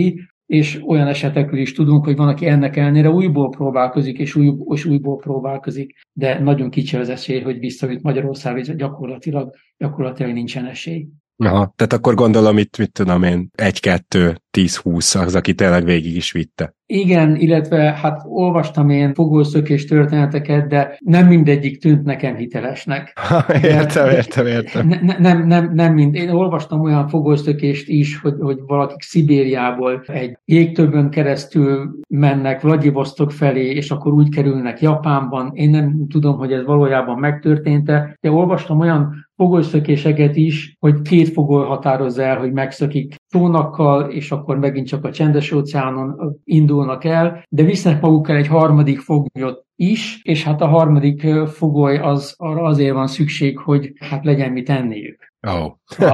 és olyan esetekről is tudunk, hogy van, aki ennek ellenére újból próbálkozik, és újból próbálkozik, de nagyon kicsi az esély, hogy visszajut Magyarországra, és gyakorlatilag nincsen esély. Aha, tehát akkor gondolom itt, mit tudom én, 1-2, 10-20 az, aki tényleg végig is vitte. Igen, illetve hát olvastam én fogolyszökés történeteket, de nem mindegyik tűnt nekem hitelesnek. Értem. Nem mind. Én olvastam olyan fogolyszökést is, hogy valakik Szibériából egy jégtömbön keresztül mennek Vladivostok felé, és akkor úgy kerülnek Japánban. Én nem tudom, hogy ez valójában megtörtént-e, de olvastam olyan fogolyszökéseket is, hogy 2 fogoly határozza el, hogy megszökik csónakkal, és akkor megint csak a Csendes-óceánon indulnak el, de visznek magukkal egy harmadik foglyot is, és hát a harmadik fogoly arra azért van szükség, hogy hát legyen mit enniük. Oh.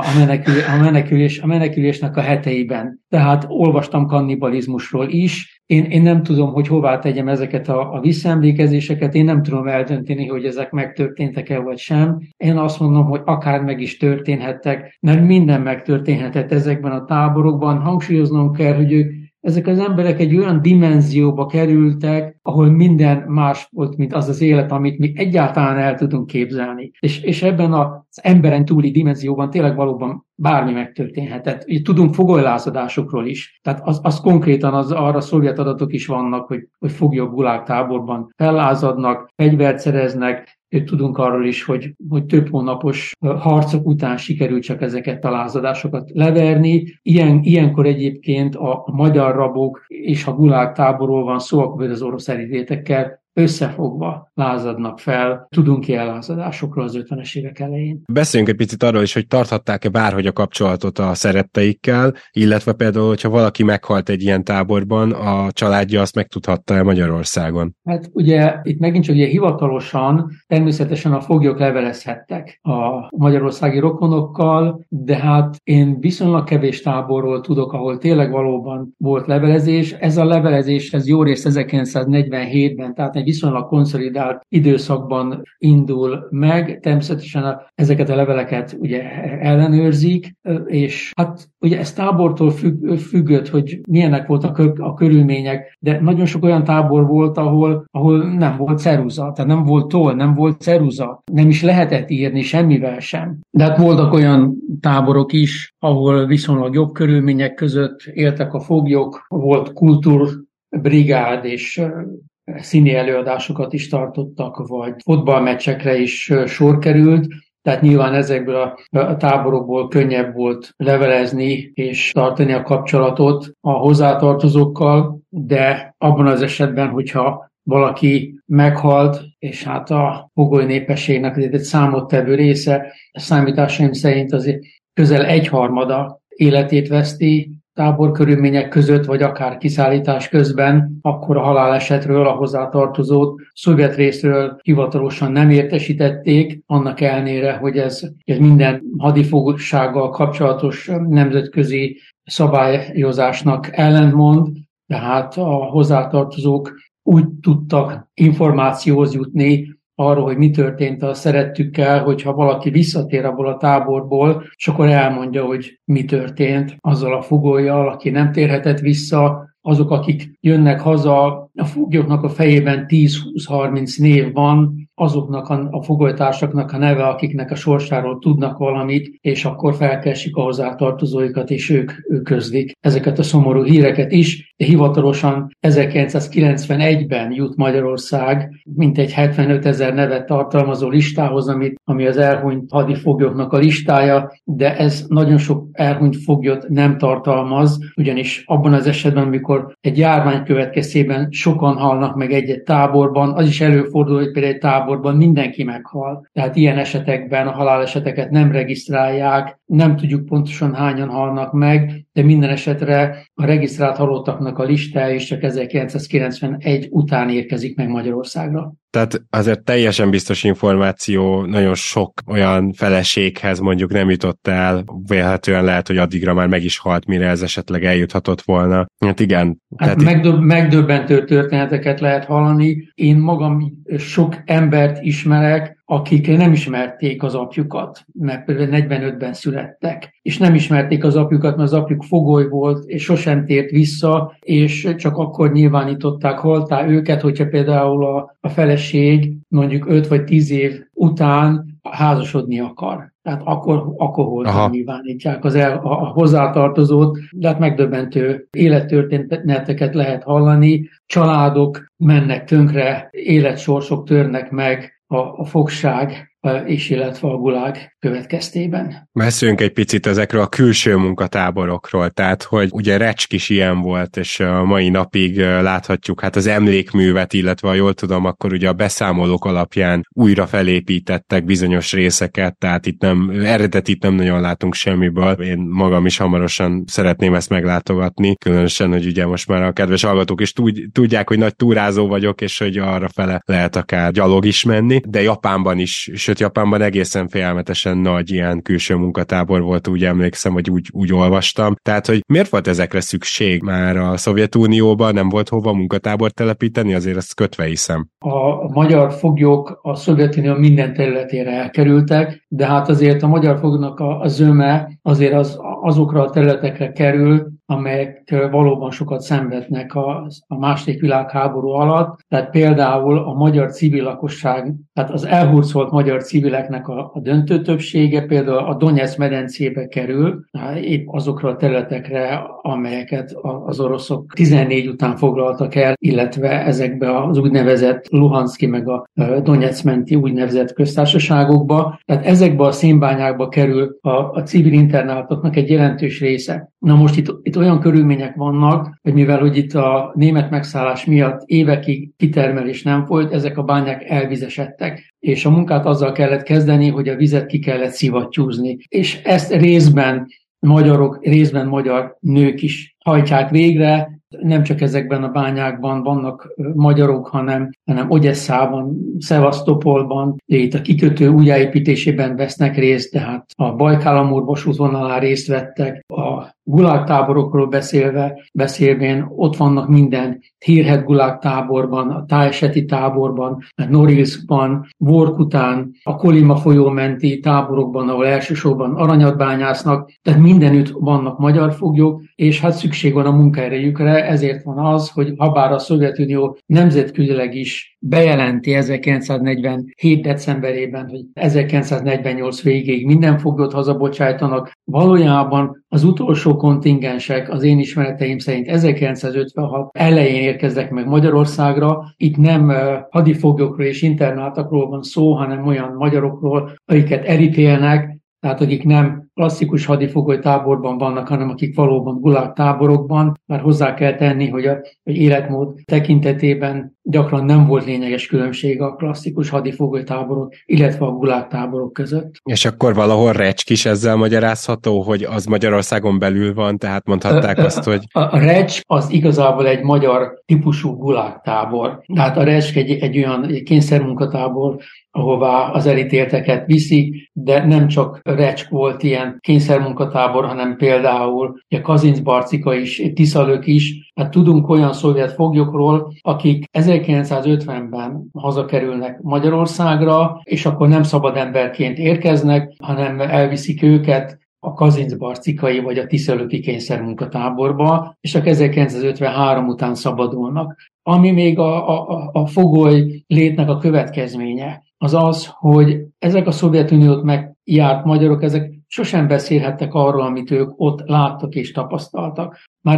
a menekülésnek a heteiben. Tehát olvastam kannibalizmusról is. Én nem tudom, hogy hová tegyem ezeket a visszaemlékezéseket, én nem tudom eldönteni, hogy ezek megtörténtek-e vagy sem. Én azt mondom, hogy akár meg is történhettek, mert minden megtörténhetett ezekben a táborokban. Hangsúlyoznom kell, hogy ezek az emberek egy olyan dimenzióba kerültek, ahol minden más volt, mint az élet, amit mi egyáltalán el tudunk képzelni. És ebben az emberen túli dimenzióban tényleg valóban bármi megtörténhetett. Tudunk fogolylázadásokról is. Tehát az konkrétan arra szovjet adatok is vannak, hogy foglyok gulágtáborban fellázadnak, fegyvert szereznek. Tudunk arról is, hogy több hónapos harcok után sikerült csak ezeket a lázadásokat leverni. Ilyenkor egyébként a magyar rabok és a gulágtáborról van szó, akkor az orosz eredétekkel összefogva lázadnak fel. Tudunk ilyen lázadásokról az 50-es évek elején. Beszéljünk egy picit arról is, hogy tarthatták-e bárhogy a kapcsolatot a szeretteikkel, illetve például, hogyha valaki meghalt egy ilyen táborban, a családja azt megtudhatta-e Magyarországon? Hát ugye itt megint csak ugye hivatalosan természetesen a foglyok levelezhettek a magyarországi rokonokkal, de hát én viszonylag kevés táborról tudok, ahol tényleg valóban volt levelezés. Ez a levelezés, ez jó részt 1947-ben, tehát egy viszonylag konszolidált időszakban indul meg. Természetesen ezeket a leveleket ugye ellenőrzik, és hát ugye ez tábortól függött, hogy milyenek voltak a körülmények, de nagyon sok olyan tábor volt, ahol nem volt ceruza, tehát nem volt toll, nem volt ceruza, nem is lehetett írni semmivel sem. De hát voltak olyan táborok is, ahol viszonylag jobb körülmények között éltek a foglyok, volt kultúrbrigád és színi előadásokat is tartottak, vagy fotballmeccsekre is sor került, tehát nyilván ezekből a táborokból könnyebb volt levelezni és tartani a kapcsolatot a hozzátartozókkal, de abban az esetben, hogyha valaki meghalt, és hát a fogoly népességnek egy számottevő része, a számításaim szerint azért közel 1/3 életét veszti táborkörülmények között, vagy akár kiszállítás közben, akkor a halálesetről a hozzátartozót szovjet részről hivatalosan nem értesítették, annak ellenére, hogy ez minden hadifogsággal kapcsolatos nemzetközi szabályozásnak ellentmond, tehát a hozzátartozók úgy tudtak információhoz jutni arról, hogy mi történt a szerettükkel, hogyha valaki visszatér abból a táborból, és akkor elmondja, hogy mi történt azzal a fogollyal, aki nem térhetett vissza. Azok, akik jönnek haza, a foglyoknak a fejében 10-20-30 név van, azoknak a fogolytársaknak a neve, akiknek a sorsáról tudnak valamit, és akkor felkeresik a hozzátartozóikat, és ők közlik ezeket a szomorú híreket is. De hivatalosan 1991-ben jut Magyarország mintegy 75 000 nevet tartalmazó listához, ami az elhunyt hadifoglyoknak a listája, de ez nagyon sok elhunyt foglyot nem tartalmaz, ugyanis abban az esetben, amikor egy járvány következtében sokan halnak meg egy-egy táborban, az is előfordul, hogy például egy táborban mindenki meghal. Tehát ilyen esetekben a haláleseteket nem regisztrálják, nem tudjuk pontosan hányan halnak meg, de minden esetre a regisztrált halottaknak a listája is csak 1991 után érkezik meg Magyarországra. Tehát azért teljesen biztos információ nagyon sok olyan feleséghez mondjuk nem jutott el, vélhetően lehet, hogy addigra már meg is halt, mire ez esetleg eljuthatott volna. Hát igen. Hát megdöbbentő történeteket lehet hallani. Én magam sok embert ismerek, akik nem ismerték az apjukat, mert például 45-ben születtek, és nem ismerték az apjukat, mert az apjuk fogoly volt, és sosem tért vissza, és csak akkor nyilvánították holttá őket, hogyha például a feleség mondjuk 5 vagy 10 év után házasodni akar. Tehát akkor holttá nyilvánítják a hozzátartozót, de hát megdöbbentő élettörténeteket lehet hallani. Családok mennek tönkre, életsorsok törnek meg a fogság és illetve a gulág következtében. Beszéljünk egy picit ezekről a külső munkatáborokról, tehát hogy ugye Recsk is ilyen volt, és a mai napig láthatjuk hát az emlékművet, illetve ha jól tudom, akkor ugye a beszámolók alapján újra felépítettek bizonyos részeket, tehát itt eredetit nem nagyon látunk semmiből. Én magam is hamarosan szeretném ezt meglátogatni, különösen, hogy ugye most már a kedves hallgatók is tudják, hogy nagy túrázó vagyok, és hogy arra fele lehet akár gyalog is menni, de Japánban is, sőt Japánban egészen félelmetesen nagy ilyen külső munkatábor volt, úgy emlékszem, hogy úgy olvastam. Tehát, hogy miért volt ezekre szükség? Már a Szovjetunióban nem volt hova munkatábort telepíteni, azért ezt kötve hiszem. A magyar foglyok a Szovjetunió minden területére elkerültek, de hát azért a magyar foglyoknak a zöme azért azokra a területekre kerül, amelyek valóban sokat szenvednek a második világháború alatt. Tehát például a magyar civil lakosság, tehát az elhurcolt magyar civileknek a döntő többsége például a Donetsz medencébe kerül, épp azokra a területekre, amelyeket az oroszok 14 után foglaltak el, illetve ezekbe az úgynevezett Luhanszki meg a Donetsz menti úgynevezett köztársaságokba. Tehát ezekbe a szénbányákba kerül a civil internátoknak egy jelentős része. Na most itt olyan körülmények vannak, hogy mivel hogy itt a német megszállás miatt évekig kitermelés nem folyt, ezek a bányák elvizesedtek. És a munkát azzal kellett kezdeni, hogy a vizet ki kellett szivattyúzni. És ezt részben magyarok, részben magyar nők is hajtják végre. Nem csak ezekben a bányákban vannak magyarok, hanem Ogyesszában, Szevasztopolban, itt a kikötő újjáépítésében vesznek részt, tehát a Bajkál-Amur vasútvonalán részt vettek. A gulágtáborokról beszélvén ott vannak minden hírhedt gulágtáborban, a Tájseti táborban, a Norilszkban, Vorkután, a Kolima folyó menti táborokban, ahol elsősorban aranyat bányásznak, tehát mindenütt vannak magyar foglyok, és hát szükség van a munkaerejükre, ezért van az, hogy habár a Szovjetunió nemzetközileg is bejelenti 1947. decemberében, hogy 1948 végéig minden foglyot hazabocsájtanak, valójában az utolsó kontingensek az én ismereteim szerint 1956 elején érkeznek meg Magyarországra. Itt nem hadifoglyokról és internátokról van szó, hanem olyan magyarokról, akiket elítélnek, tehát akik nem klasszikus hadifogoly táborban vannak, hanem akik valóban gulág táborokban. Már hozzá kell tenni, hogy a életmód tekintetében gyakran nem volt lényeges különbség a klasszikus hadifogoly táborok, illetve a gulág táborok között. És akkor valahol Recsk is ezzel magyarázható, hogy az Magyarországon belül van, tehát mondhatták azt, hogy... A Recsk az igazából egy magyar típusú gulág tábor. Tehát a Recsk egy olyan kényszermunkatábor, ahová az elítélteket viszik, de nem csak Recsk volt ilyen kényszermunkatábor, hanem például Kazincbarcika is, Tiszalök is. Hát tudunk olyan szovjet foglyokról, akik 1950-ben hazakerülnek Magyarországra, és akkor nem szabad emberként érkeznek, hanem elviszik őket a Kazincbarcikai vagy a Tiszalöki kényszermunkatáborba, és csak 1953 után szabadulnak. Ami még a fogoly létnek a következménye, az az, hogy ezek a Szovjetuniót megjárt magyarok, ezek sosem beszélhettek arról, amit ők ott láttak és tapasztaltak. Már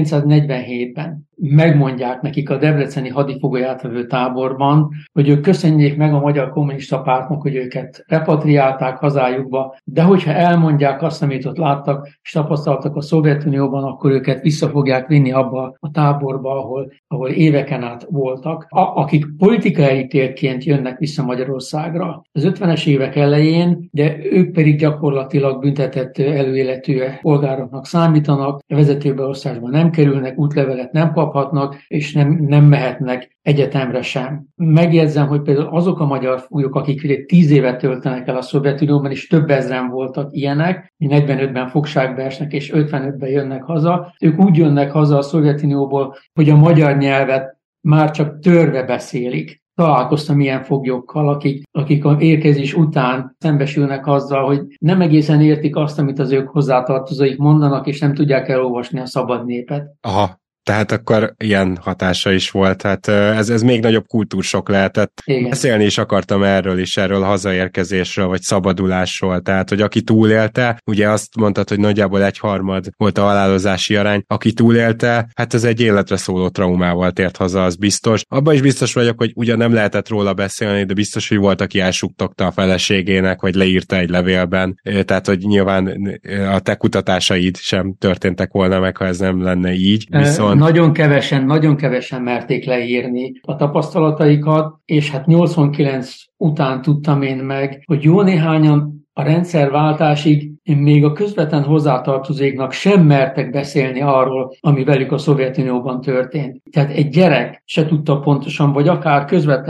1947-ben megmondják nekik a debreceni hadifogoly átvevő táborban, hogy ők köszönjék meg a Magyar Kommunista Pártnak, hogy őket repatriálták hazájukba, de hogyha elmondják azt, amit ott láttak és tapasztaltak a Szovjetunióban, akkor őket vissza fogják vinni abba a táborba, ahol éveken át voltak. Akik politikai elítéltként jönnek vissza Magyarországra az 50-es évek elején, de ők pedig gyakorlatilag büntetett előéletű polgároknak számítanak, a vezetőbeosztásban nem kerülnek, útlevelet nem kaphatnak, és nem mehetnek egyetemre sem. Megjegyzem, hogy például azok a magyar foglyok, akik 10 évet töltenek el a Szovjetunióban, és több ezren voltak ilyenek, 45-ben fogságba esnek, és 55-ben jönnek haza. Ők úgy jönnek haza a Szovjetunióból, hogy a magyar nyelvet már csak törve beszélik. találkoztam ilyen foglyokkal, akik a érkezés után szembesülnek azzal, hogy nem egészen értik azt, amit az ők hozzátartozóik mondanak, és nem tudják elolvasni a Szabad Népet. Aha. Tehát akkor ilyen hatása is volt. Hát ez még nagyobb kultúrsok lehetett. Igen. Beszélni is akartam erről a hazaérkezésről, vagy szabadulásról. Tehát, hogy aki túlélte, ugye azt mondtad, hogy nagyjából 1/3 volt a halálozási arány. Aki túlélte, hát ez egy életre szóló traumával tért haza, az biztos. Abban is biztos vagyok, hogy ugyan nem lehetett róla beszélni, de biztos, hogy volt, aki elsuttogta a feleségének, vagy leírta egy levélben. Tehát, hogy nyilván a te kutatásaid sem történtek volna meg, ha ez nem lenne így. Viszont Nagyon kevesen merték leírni a tapasztalataikat, és hát 89 után tudtam én meg, hogy jó néhányan a rendszerváltásig még a közvetlen hozzátartozóknak sem mertek beszélni arról, ami velük a Szovjetunióban történt. Tehát egy gyerek se tudta pontosan, vagy akár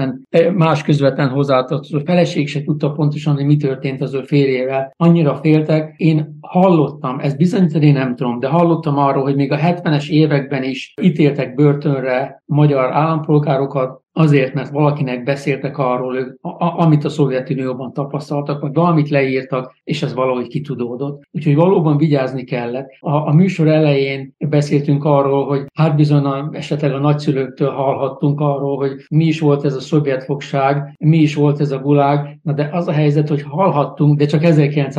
más közvetlen hozzátartozó feleség se tudta pontosan, hogy mi történt az ő férjével. Annyira féltek. Én hallottam, ezt bizonyítani nem tudom, de hallottam arról, hogy még a 70-es években is ítéltek börtönre magyar állampolgárokat, azért, mert valakinek beszéltek arról, amit a Szovjetunióban tapasztaltak, vagy valamit leírtak, és ez valahogy kitudódott. Úgyhogy valóban vigyázni kellett. A műsor elején beszéltünk arról, hogy hát bizony esetleg a nagyszülőktől hallhattunk arról, hogy mi is volt ez a szovjet fogság, mi is volt ez a gulág. Na de az a helyzet, hogy hallhattunk, de csak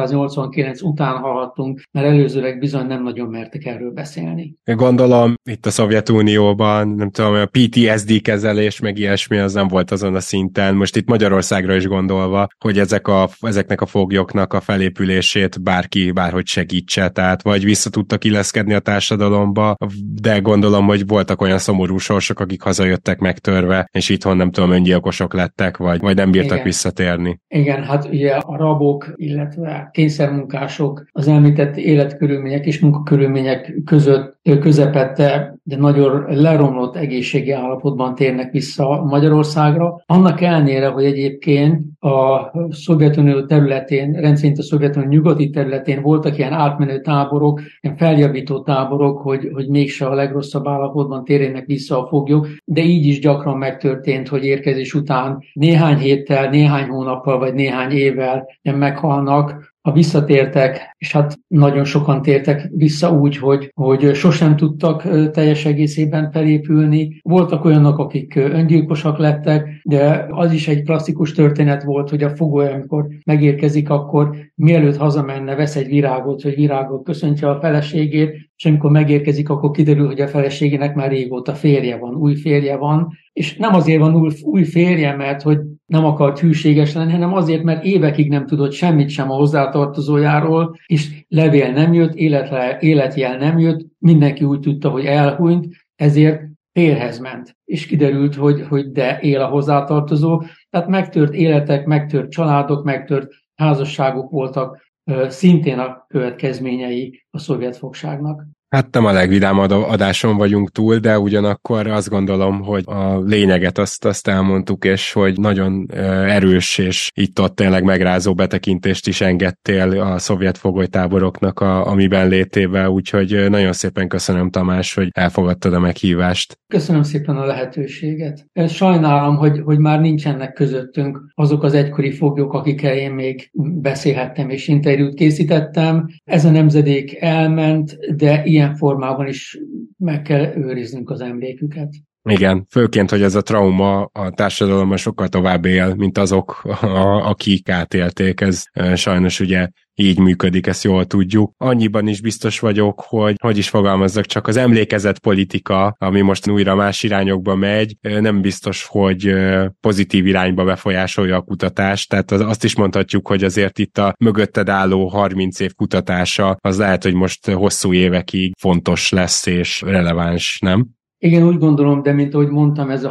1989 után hallhattunk, mert előzőleg bizony nem nagyon mertek erről beszélni. Gondolom, itt a Szovjetunióban, nem tudom, a PTSD kezelés, meg ilyesmi, az nem volt azon a szinten. Most itt Magyarországra is gondolva, hogy ezeknek a foglyoknak a felépülését bárki bárhogy segítse, tehát vagy vissza tudtak illeszkedni a társadalomba, de gondolom, hogy voltak olyan szomorú sorsok, akik hazajöttek megtörve, és itthon nem tudom, öngyilkosok lettek, vagy nem bírtak visszatérni. Igen, hát ugye a rabok, illetve kényszermunkások az említett életkörülmények és munkakörülmények között közepette, de nagyon leromlott egészségi állapotban térnek vissza Magyarországra. Annak ellenére, hogy egyébként a Szovjetunió területén, rendszerint a Szovjetunió nyugati területén voltak ilyen átmenő táborok, ilyen feljavító táborok, hogy mégse a legrosszabb állapotban térjenek vissza a foglyok, de így is gyakran megtörtént, hogy érkezés után néhány héttel, néhány hónappal vagy néhány évvel meghalnak, ha visszatértek, és hát nagyon sokan tértek vissza úgy, hogy sosem tudtak teljes egészében felépülni. Voltak olyanok, akik öngyilkosak lettek, de az is egy klasszikus történet volt, hogy a fogoly, amikor megérkezik, akkor mielőtt hazamenne, vesz egy virágot, hogy virágot köszöntje a feleségét, és amikor megérkezik, akkor kiderül, hogy a feleségének már régóta férje van, új férje van, és nem azért van új férje, mert hogy nem akart hűséges lenni, hanem azért, mert évekig nem tudott semmit sem a hozzátartozójáról, és levél nem jött, életjel nem jött, mindenki úgy tudta, hogy elhunyt, ezért férjhez ment. És kiderült, hogy de él a hozzátartozó. Tehát megtört életek, megtört családok, megtört házasságok voltak szintén a következményei a szovjet fogságnak. Hát nem a legvidámabb adáson vagyunk túl, de ugyanakkor azt gondolom, hogy a lényeget azt elmondtuk, és hogy nagyon erős és itt-ott tényleg megrázó betekintést is engedtél a szovjet fogolytáboroknak amiben létével, úgyhogy nagyon szépen köszönöm, Tamás, hogy elfogadtad a meghívást. Köszönöm szépen a lehetőséget. Sajnálom, hogy már nincsenek közöttünk azok az egykori foglyok, akikkel én még beszélhettem és interjút készítettem. Ez a nemzedék elment, de ilyen formában is meg kell őriznünk az emléküket. Igen, főként, hogy ez a trauma a társadalomban sokkal tovább él, mint azok, akik átélték. Ez sajnos ugye így működik, ezt jól tudjuk. Annyiban is biztos vagyok, hogy is fogalmazzak, csak az emlékezett politika, ami most újra más irányokba megy, nem biztos, hogy pozitív irányba befolyásolja a kutatást. Tehát azt is mondhatjuk, hogy azért itt a mögötted álló 30 év kutatása, az lehet, hogy most hosszú évekig fontos lesz és releváns, nem? Igen, úgy gondolom, de mint ahogy mondtam, ez a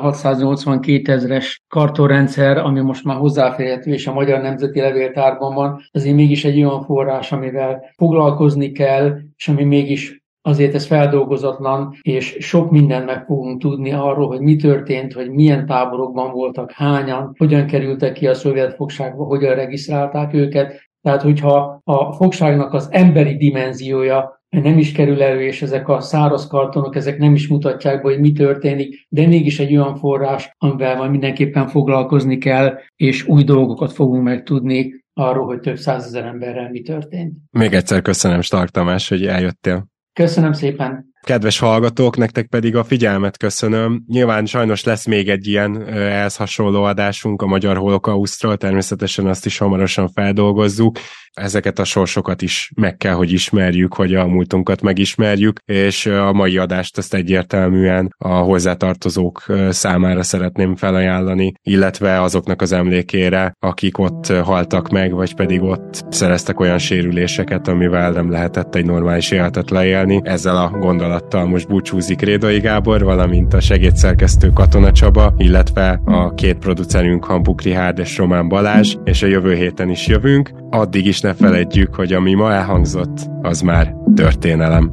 682 000-es kartonrendszer, ami most már hozzáférhető, és a Magyar Nemzeti Levéltárban van, azért mégis egy olyan forrás, amivel foglalkozni kell, és ami mégis azért ez feldolgozatlan, és sok mindent meg fogunk tudni arról, hogy mi történt, hogy milyen táborokban voltak, hányan, hogyan kerültek ki a szovjet fogságba, hogyan regisztrálták őket. Tehát, hogyha a fogságnak az emberi dimenziója nem is kerül elő, és ezek a száraz kartonok, ezek nem is mutatják be, hogy mi történik, de mégis egy olyan forrás, amivel majd mindenképpen foglalkozni kell, és új dolgokat fogunk megtudni arról, hogy több százezer emberrel mi történt. Még egyszer köszönöm, Stark Tamás, hogy eljöttél. Köszönöm szépen! Kedves hallgatók, nektek pedig a figyelmet köszönöm. Nyilván sajnos lesz még egy ilyen ehhez hasonló adásunk a magyar holokausztról, természetesen azt is hamarosan feldolgozzuk. Ezeket a sorsokat is meg kell, hogy ismerjük, hogy a múltunkat megismerjük, és a mai adást ezt egyértelműen a hozzátartozók számára szeretném felajánlani, illetve azoknak az emlékére, akik ott haltak meg, vagy pedig ott szereztek olyan sérüléseket, amivel nem lehetett egy normális életet leélni. Ezzel a gondolattal most búcsúzik Rédai Gábor, valamint a segédszerkesztő Katona Csaba, illetve a két producerünk Hampuk Rihárd és Román Balázs, és a jövő héten is jövünk. Addig is ne feledjük, hogy ami ma elhangzott, az már történelem.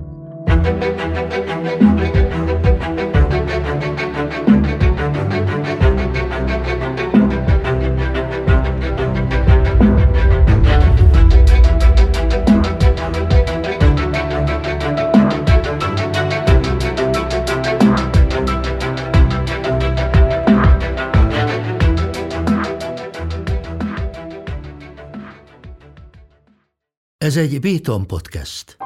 Ez egy Béton Podcast.